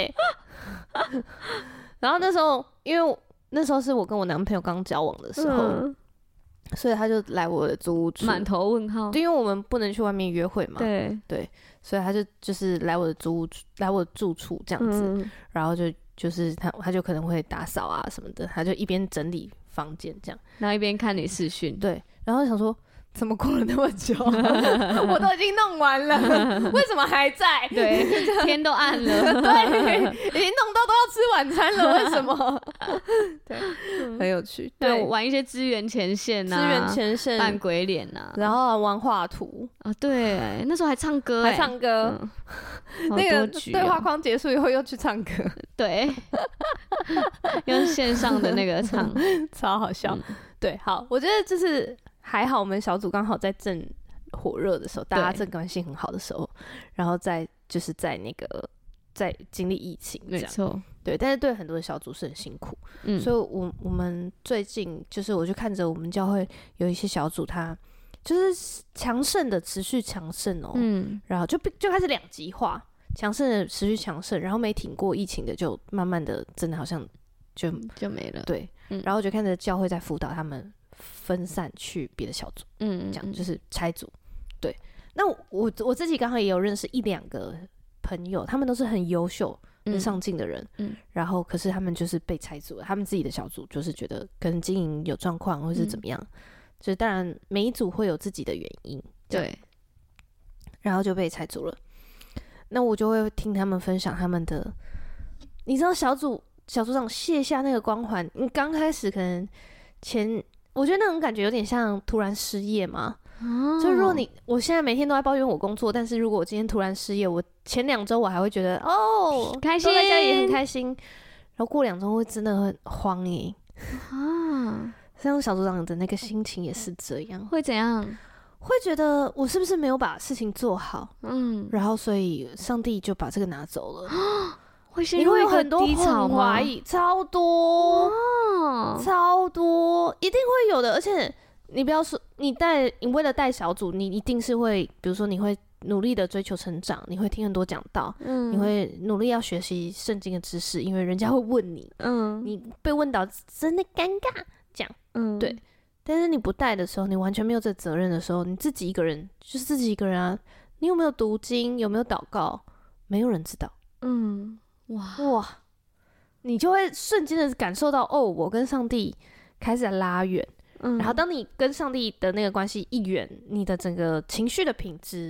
然后那时候因为那时候是我跟我男朋友刚交往的时候，所以他就来我的租屋处， 满头问号。 对，因为我们不能去外面约会嘛，对，所以他就是来我的租屋，来我的住处这样子，然后就是他就可能会打扫啊什么的，他就一边整理房间这样， 然后一边看你视讯， 对，然后想说。怎么过了那么久？我都已经弄完了，为什么还在？ 对，天都暗了， 对，已经弄到都要吃晚餐了，为什么？对，很有趣。 对，玩一些资源前线啊，扮鬼脸啊， 然后玩画图啊，对，那时候还唱歌， 那个对话框结束以后又去唱歌， 对，用线上的那个唱， 超好笑。对，好，我觉得就是。还好我们小组刚好在正火热的时候，大家正关系很好的时候，然后就是在那个在经历疫情， 没错， 对，但是对很多的小组是很辛苦，所以我们最近就是我就看着我们教会有一些小组，他就是强盛的持续强盛然后就开始2极化，强盛的持续强盛，然后没挺过疫情的就慢慢的真的好像就没了， 对，然后就看着教会在辅导他们。分散去别的小组，这样就是拆组。对，那我自己刚好也有认识1-2个朋友，他们都是很优秀、很上进的人，然后可是他们就是被拆组了，他们自己的小组就是觉得可能经营有状况或是怎么样，就是当然每一组会有自己的原因， 对， 然后就被拆组了。那我就会听他们分享他们的，你知道小组长卸下那个光环，你刚开始可能我觉得那种感觉有点像突然失业嘛。就如果我现在每天都在抱怨我工作，但是如果我今天突然失业，我前2周我还会觉得开心， 都在家里也很开心，然后过2周会真的很慌像小组长的那个心情也是这样， 会怎样？ 会觉得我是不是没有把事情做好？然后所以上帝就把这个拿走了。你会有很多怀疑，超多，一定会有的。而且你不要说你为了带小组，你一定是会，比如说你会努力的追求成长，你会听很多讲道，你会努力要学习圣经的知识，因为人家会问你，你被问到真的尴尬，这样，对。但是你不带的时候，你完全没有这责任的时候，你自己一个人就是自己一个人啊。你有没有读经？有没有祷告？没有人知道。哇，你就会瞬间的感受到，我跟上帝开始在拉远。然后当你跟上帝的那个关系一远，你的整个情绪的品质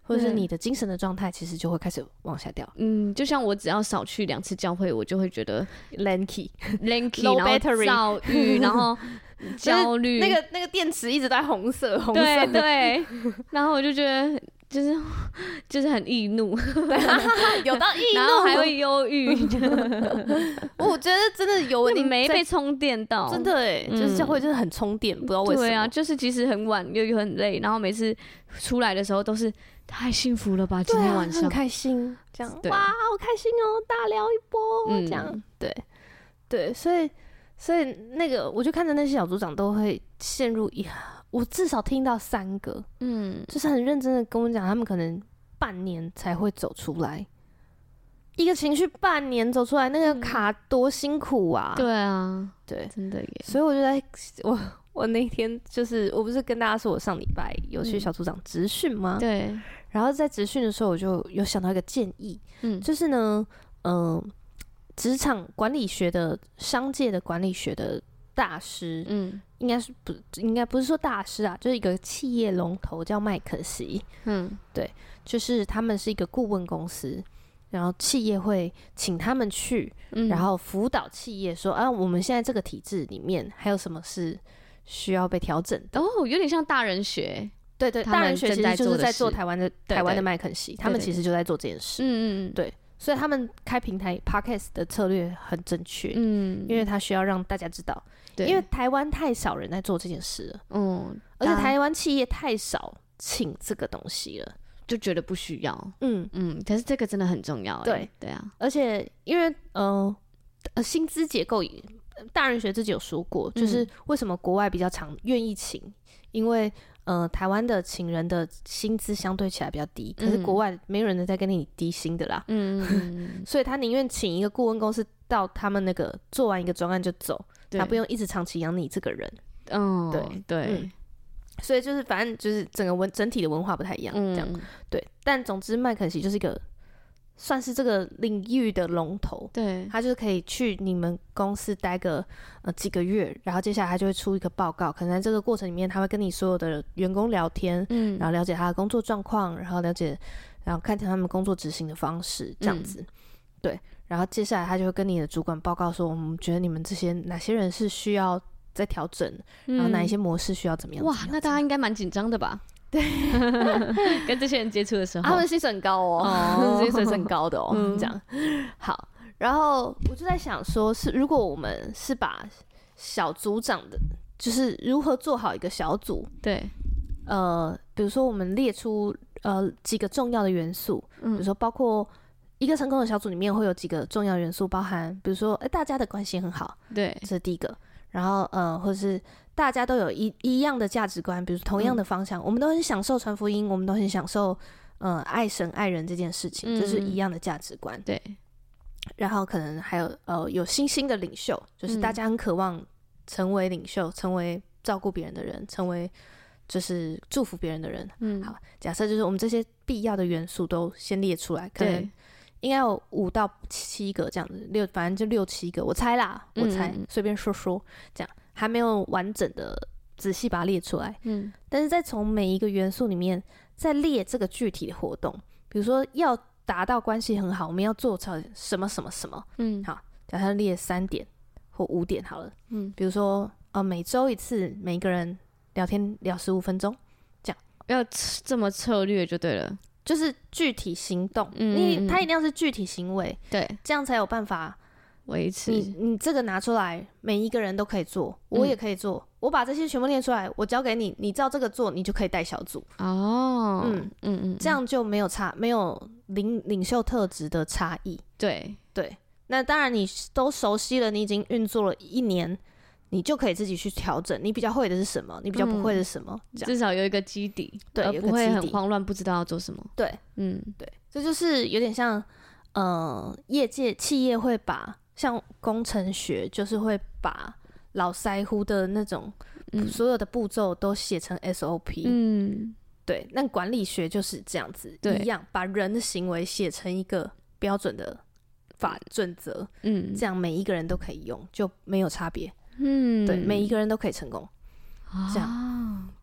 或者是你的精神的状态其实就会开始往下掉。 就像我只要少去2次教会，我就会觉得 lanky， 然后躁郁，然后焦虑， 那个电池一直在红色， 对对，然后我就觉得就是很易怒， 有到易怒， 然后还会忧郁。 我觉得真的有你没被充电到， 真的哎，就是教会就是很充电，不知道为什么。 对啊，就是其实很晚又很累，然后每次出来的时候都是太幸福了吧，今天晚上很开心，这样哇，好开心哦，大聊一波，这样对，所以那个我就看着那些小组长都会陷入我至少听到3个，就是很认真的跟我讲，他们可能半年才会走出来，一个情绪半年走出来，那个卡多辛苦啊！ 对啊， 对， 真的耶。 所以我就我那天就是我不是跟大家说我上礼拜有去小组长职训吗？ 对， 然后在职训的时候，我就有想到一个建议，就是呢，职场管理学的商界的管理学的大师，应该不是说大师啊，就是一个企业龙头叫麦肯锡，对，就是他们是一个顾问公司，然后企业会请他们去，然后辅导企业说我们现在这个体制里面还有什么是需要被调整的。 有点像大人学。 对，大人学其实就是在做台湾的麦肯锡，他们其实就在做这件事。对。所以他们开平台 Podcast 的策略很正确，因为他需要让大家知道，因为台湾太少人在做这件事了，而且台湾企业太少请这个东西了， 就觉得不需要，可是这个真的很重要，对啊， 而且因为薪资结构大人学自己有说过，就是为什么国外比较常愿意请，因为台湾的请人的薪资相对起来比较低，可是国外没有人在跟你低薪的啦，所以他宁愿请一个顾问公司到他们那个做完一个专案就走，他不用一直长期养你这个人。对，所以就是反正就是整体的文化不太一样，这样对。但总之麦肯锡就是一个算是这个领域的龙头， 对， 他就是可以去你们公司待个几个月，然后接下来他就会出一个报告，可能在这个过程里面他会跟你所有的员工聊天，然后了解他的工作状况，然后看他们工作执行的方式，这样子，对，然后接下来他就会跟你的主管报告说，我们觉得你们这些哪些人是需要再调整，然后哪一些模式需要怎么样。 哇，那大家应该蛮紧张的吧？对，跟这些人接触的时候， 他们薪水很高哦，薪水是很高的哦，这样好。然后我就在想说，如果我们是把小组长的，就是如何做好一个小组， 对， 比如说我们列出几个重要的元素，比如说包括一个成功的小组里面会有几个重要元素，包含比如说大家的关系很好， 对， 这是第一个。然后或者是大家都有一样的价值观，比如同样的方向，我们都很享受传福音，我们都很享受爱神爱人这件事情，这是一样的价值观。 对。 然后可能还有有新兴的领袖，就是大家很渴望成为领袖，成为照顾别人的人，成为就是祝福别人的人。好，假设就是我们这些必要的元素都先列出来，可能应该有5到7个这样子，反正就6、7个，我猜啦，随便说这样，还没有完整的仔细把它列出来。但是再从每一个元素里面再列这个具体的活动，比如说要达到关系很好，我们要做成什么什么什么。好，假设列3点或5点好了。比如说每周1次，每一个人聊天聊15分钟，这样要这么策略就对了。 就是具体行动，它一定要是具体行为， 对， 这样才有办法维持。 你这个拿出来，每一个人都可以做，我也可以做。我把这些全部列出来，我交给你，你照这个做，你就可以带小组。这样就没有领袖特质的差异。对，那当然你都熟悉了，你已经运作了1年。你就可以自己去调整，你比较会的是什么，你比较不会的是什么， 至少有一个基底， 对， 而不会很慌乱，不知道要做什么。 对，这就是有点像，业界企业会把像工程学，就是会把老腮乎的那种所有的步骤都写成 SOP。对，那管理学就是这样子，一样把人的行为写成一个标准的准则，这样每一个人都可以用，就没有差别。对，每一个人都可以成功，这样，对。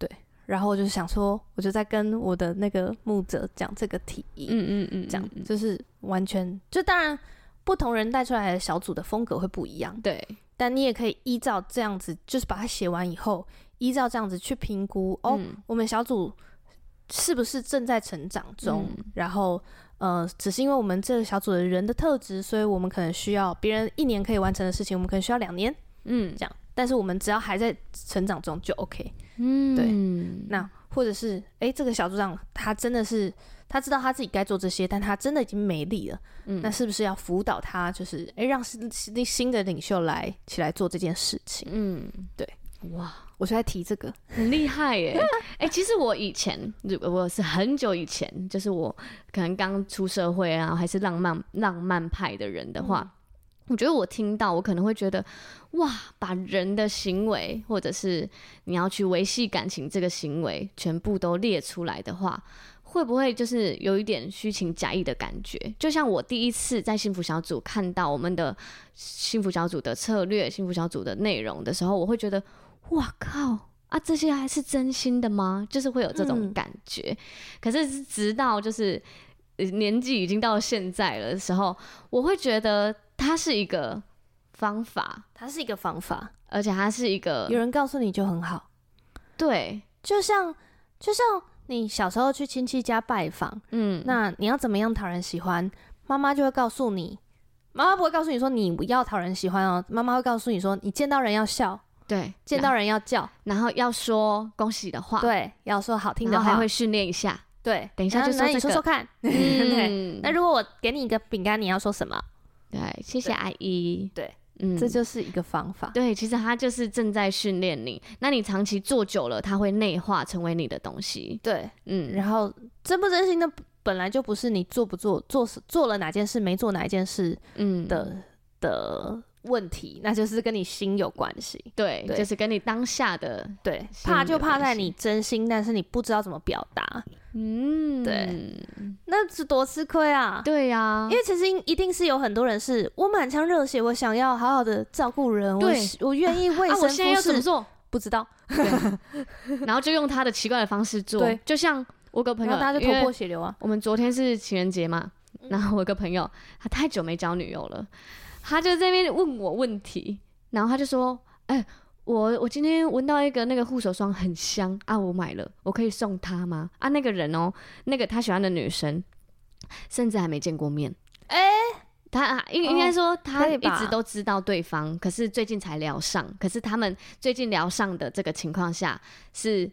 然后我就想说，我就在跟我的那个牧者讲这个提议，这样就是完全就当然不同人带出来的小组的风格会不一样， 对， 但你也可以依照这样子，就是把它写完以后，依照这样子去评估我们小组是不是正在成长中，然后只是因为我们这个小组的人的特质，所以我们可能需要别人1年可以完成的事情，我们可能需要2年，这样。但是我们只要还在成长中就 OK，对。那或者是这个小组长他真的是他知道他自己该做这些，但他真的已经没力了，那是不是要辅导他，就是让新的领袖起来做这件事情？对。哇，我就在提这个， 很厉害耶！其实我是很久以前，就是我可能刚出社会啊，还是浪漫派的人的话，我觉得我听到，我可能会觉得，哇，把人的行为或者是你要去维系感情这个行为，全部都列出来的话，会不会就是有一点虚情假意的感觉？就像我第一次在幸福小组看到我们的幸福小组的策略、幸福小组的内容的时候，我会觉得，哇靠啊，这些还是真心的吗？就是会有这种感觉。可是直到就是年纪已经到现在了的时候，我会觉得它是一个方法，而且它是一个有人告诉你就很好。 对， 就像你小时候去亲戚家拜访，那你要怎么样讨人喜欢，妈妈就会告诉你，妈妈不会告诉你说你不要讨人喜欢哦，妈妈会告诉你说你见到人要笑。 对， 见到人要叫， 然后要说恭喜的话， 对，要说好听的话， 然后还会训练一下， 对， 等一下就说这个， 你说说看，对，那如果我给你一个饼干，你要说什么？ 对，谢谢阿姨， 对，这就是一个方法， 对，其实它就是正在训练你，那你长期做久了，它会内化成为你的东西， 对，然后真不真心的本来就不是你做不做了哪件事，没做哪一件事的问题，那就是跟你心有关系。对， 就是跟你当下的对，怕就怕在你真心，但是你不知道怎么表达。对，那是多吃亏啊！ 对呀， 因为其实一定是有很多人是我满腔热血，我想要好好的照顾人，我愿意为我现在要怎么做？ 不知道， 然后就用他的奇怪的方式做。对，就像我个朋友， 大家就头破血流啊。 我们昨天是情人节嘛，然后我有个朋友，他太久没交女友了。他就在那边问我问题，然后他就说：“我今天闻到一个那个护手霜很香啊，我买了，我可以送他吗？”啊，那个人那个他喜欢的女生，甚至还没见过面。他应该说他一直都知道对方，可是最近才聊上。可是他们最近聊上的这个情况下是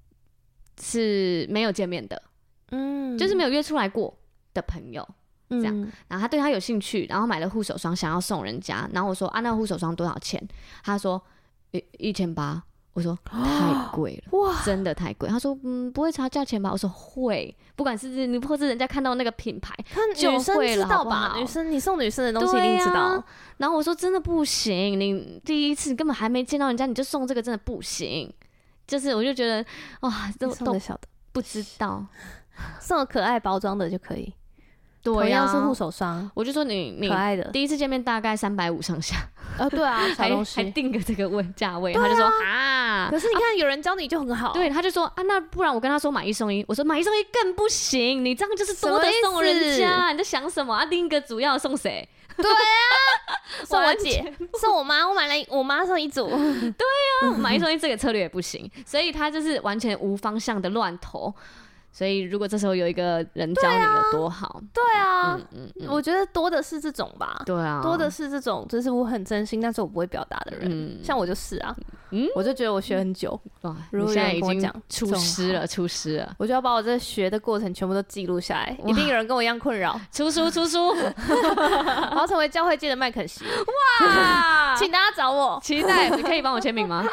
没有见面的，就是没有约出来过的朋友。这样，然后他对他有兴趣，然后买了护手霜想要送人家，然后我说那护手霜多少钱？他说1800，我说太贵了，哇，真的太贵。他说不会查价钱吧？我说会，不管是你或是人家看到那个品牌， 女生知道吧？女生你送女生的东西一定知道。 然后我说真的不行，你第一次根本还没见到人家你就送这个，真的不行。就是我就觉得哇，这都不知道， 送可爱包装的就可以。 对呀， 同样是护手霜， 我就说你可爱的， 第一次见面大概350上下。 对啊，小东西还定个这个价位，他就说可是你看有人教你就很好。 对，他就说那不然我跟他说买1送1，我说买1送1更不行，你这样就是多的送人家，你在想什么？另一个主要送谁？ 对啊，送我姐，送我妈，我妈送一组。 对啊，买1送1这个策略也不行，所以他就是完全无方向的乱投。所以如果这时候有一个人教你有多好。 对啊，我觉得多的是这种吧。 对啊， 多的是这种，就是我很真心，但是我不会表达的人。像我就是啊，我就觉得我学很久， 如果有人跟我讲出师了，我就要把我这学的过程全部都记录下来，一定有人跟我一样困扰。 出书， 我要成为教会界的麦肯锡。哇，请大家找我， 期待。你可以帮我签名吗？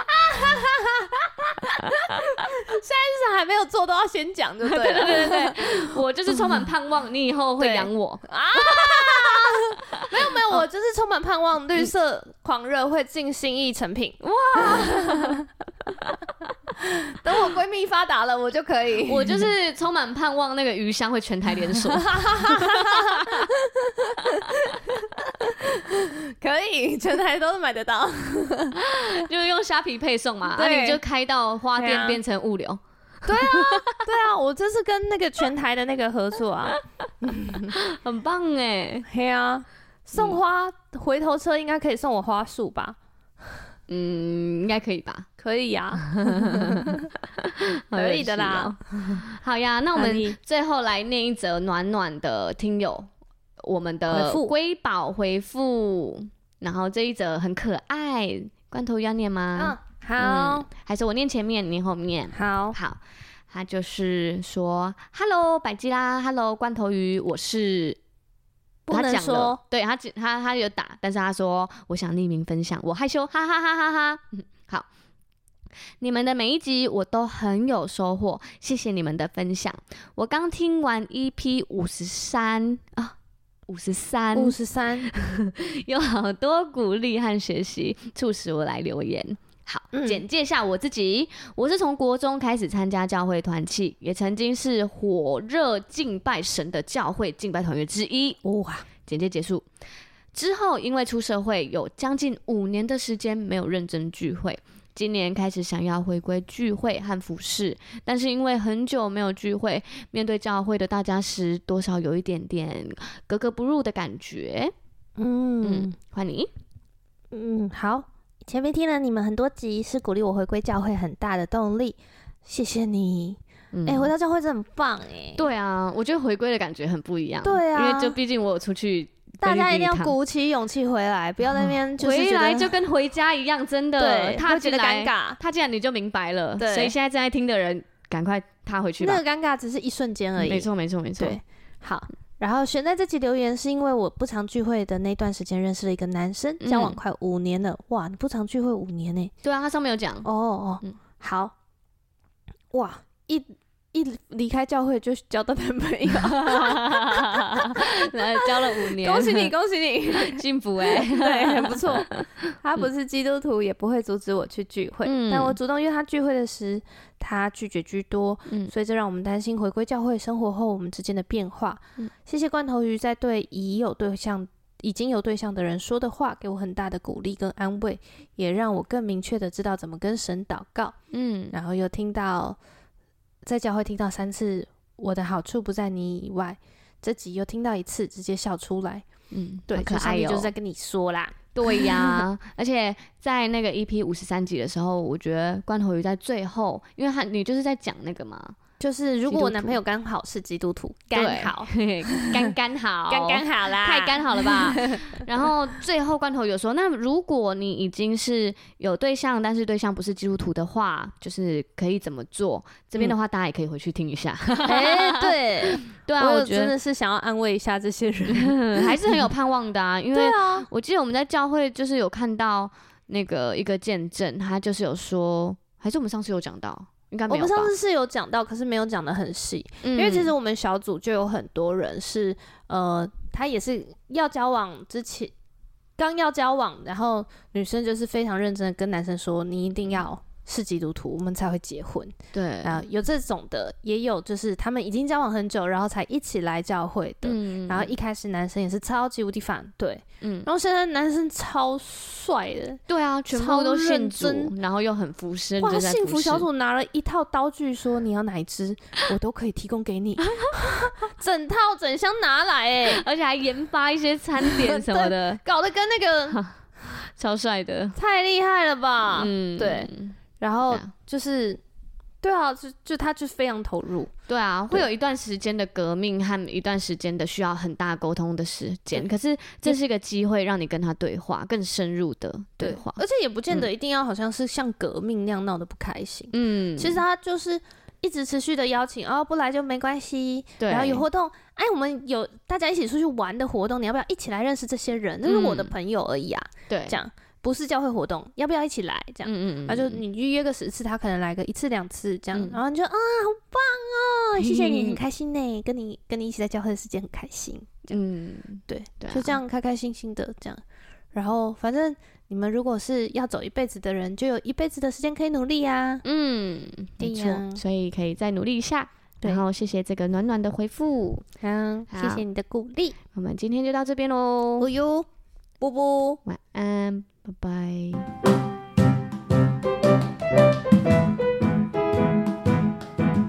现在是还没有做，都要先讲就对了。 对，我就是充满盼望，你以后会养我啊！ 没有，我就是充满盼望，绿色狂热会进新意成品。哇！等我闺蜜发达了，我就可以。 我就是充满盼望，那个鱼香会全台连锁。 可以，全台都是买得到， 就是用虾皮配送嘛，你就开到花店变成物流。 对啊，我这是跟那个全台的那个合作啊， 很棒哎。 嘿啊，送花回头车应该可以送我花束吧？ 应该可以吧？ 可以呀，可以的啦。 好呀，那我们最后来念一则暖暖的听友我们的瑰宝回复，然后这一则很可爱，罐头要念吗？ 好， 还是我念前面，你念后面？好，他就是说 ，Hello 百吉拉 ，Hello 罐头鱼，我是。 不能说， 对他有打，但是他说我想匿名分享，我害羞，哈哈哈哈哈。好，你们的每一集我都很有收获，谢谢你们的分享。我刚听完 EP 53啊，53，有好多鼓励和学习，促使我来留言。好，简介下我自己，我是从国中开始参加教会团契，也曾经是火热敬拜神的教会敬拜团员之一。哇，简介结束之后，因为出社会有将近5年的时间没有认真聚会，今年开始想要回归聚会和服事，但是因为很久没有聚会，面对教会的大家时，多少有一点点格格不入的感觉。换你。 好。前面听了你们很多集，是鼓励我回归教会很大的动力，谢谢你。回到教会真的很棒哎。 对啊，我觉得回归的感觉很不一样。 对啊， 因为就毕竟我有出去， 大家一定要鼓起勇气回来，不要在那边就是回来就跟回家一样，真的。 对，他觉得尴尬， 他进来你就明白了。 对， 所以现在正在听的人，赶快踏回去吧。 那个尴尬只是一瞬间而已。 没错。 对，好。然后选在这集留言是因为我不常聚会的那段时间认识了一个男生，交往快5年了。哇，你不常聚会5年呢？ 对啊，他上面有讲。 好。哇，一离开教会就交到男朋友， 交了5年， 恭喜你， 幸福对，很不错。他不是基督徒，也不会阻止我去聚会，但我主动约他聚会的时，他拒绝居多，所以这让我们担心回归教会生活后我们之间的变化。谢谢罐头鱼在对已经有对象的人说的话，给我很大的鼓励跟安慰，也让我更明确的知道怎么跟神祷告。然后又在教会听到3次我的好处不在你以外，这集又听到1次直接笑出来。对，可爱就是在跟你说啦。 对呀，而且在那个 EP 53集的时候，我觉得罐头鱼在最后，因为你就是在讲那个嘛， 就是如果我男朋友刚好是基督徒，刚好啦， 太刚好了吧？然后最后罐头有说，那如果你已经是有对象，但是对象不是基督徒的话，就是可以怎么做？这边的话，大家也可以回去听一下。对啊，我觉得真的是想要安慰一下这些人， 还是很有盼望的啊。因为我记得我们在教会就是有看到那个一个见证，他就是有说，还是我们上次有讲到。 我们上次是有讲到，可是没有讲得很细，因为其实我们小组就有很多人是，他也是要交往之前，刚要交往，然后女生就是非常认真的跟男生说，你一定要是基督徒，我们才会结婚。 对， 有这种的，也有就是他们已经交往很久，然后才一起来教会的。然后一开始男生也是超级无敌反对，然后现在男生超帅的， 对啊，全部都信主，然后又很服侍。 哇，幸福小组拿了一套刀具，说你要哪一支，我都可以提供给你，整套整箱拿来， 而且还研发一些餐点什么的， 搞得跟那个超帅的， 太厉害了吧？对。然后就是，对啊，就他就非常投入， 对啊，会有一段时间的革命和一段时间的需要很大沟通的时间，可是这是一个机会让你跟他对话，更深入的对话， 而且也不见得一定要好像是像革命那样闹得不开心，其实他就是一直持续的邀请，不来就没关系，然后有活动，我们有大家一起出去玩的活动，你要不要一起来认识这些人？这是我的朋友而已啊，对，这样。不是教会活动，要不要一起来？这样，就你约个10次，他可能来个1次2次这样，然后你就好棒哦，谢谢你，很开心呢，跟你一起在教会的时间很开心，对，就这样开开心心的这样，然后反正你们如果是要走一辈子的人，就有一辈子的时间可以努力啊， 没错，所以可以再努力一下。然后谢谢这个暖暖的回复， 谢谢你的鼓励， 我们今天就到这边喽， 啵啵， 晚安，拜拜。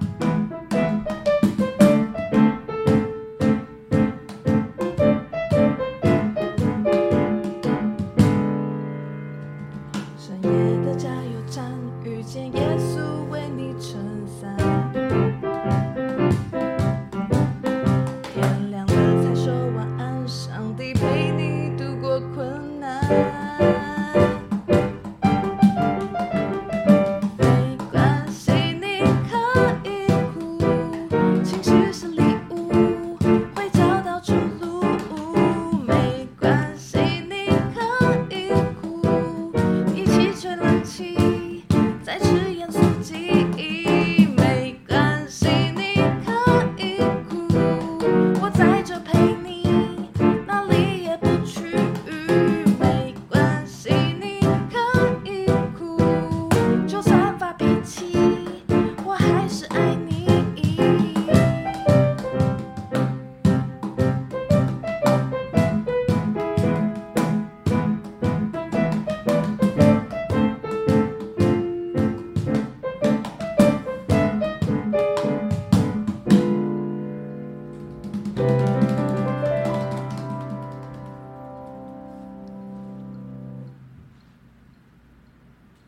深夜的加油站，遇见耶稣为你撑伞。天亮了才说晚安，上帝陪你度过困难。没关系，你可以哭，情绪是礼物，会找到出路。没关系，你可以哭，一起吹冷气，再吃盐酥鸡。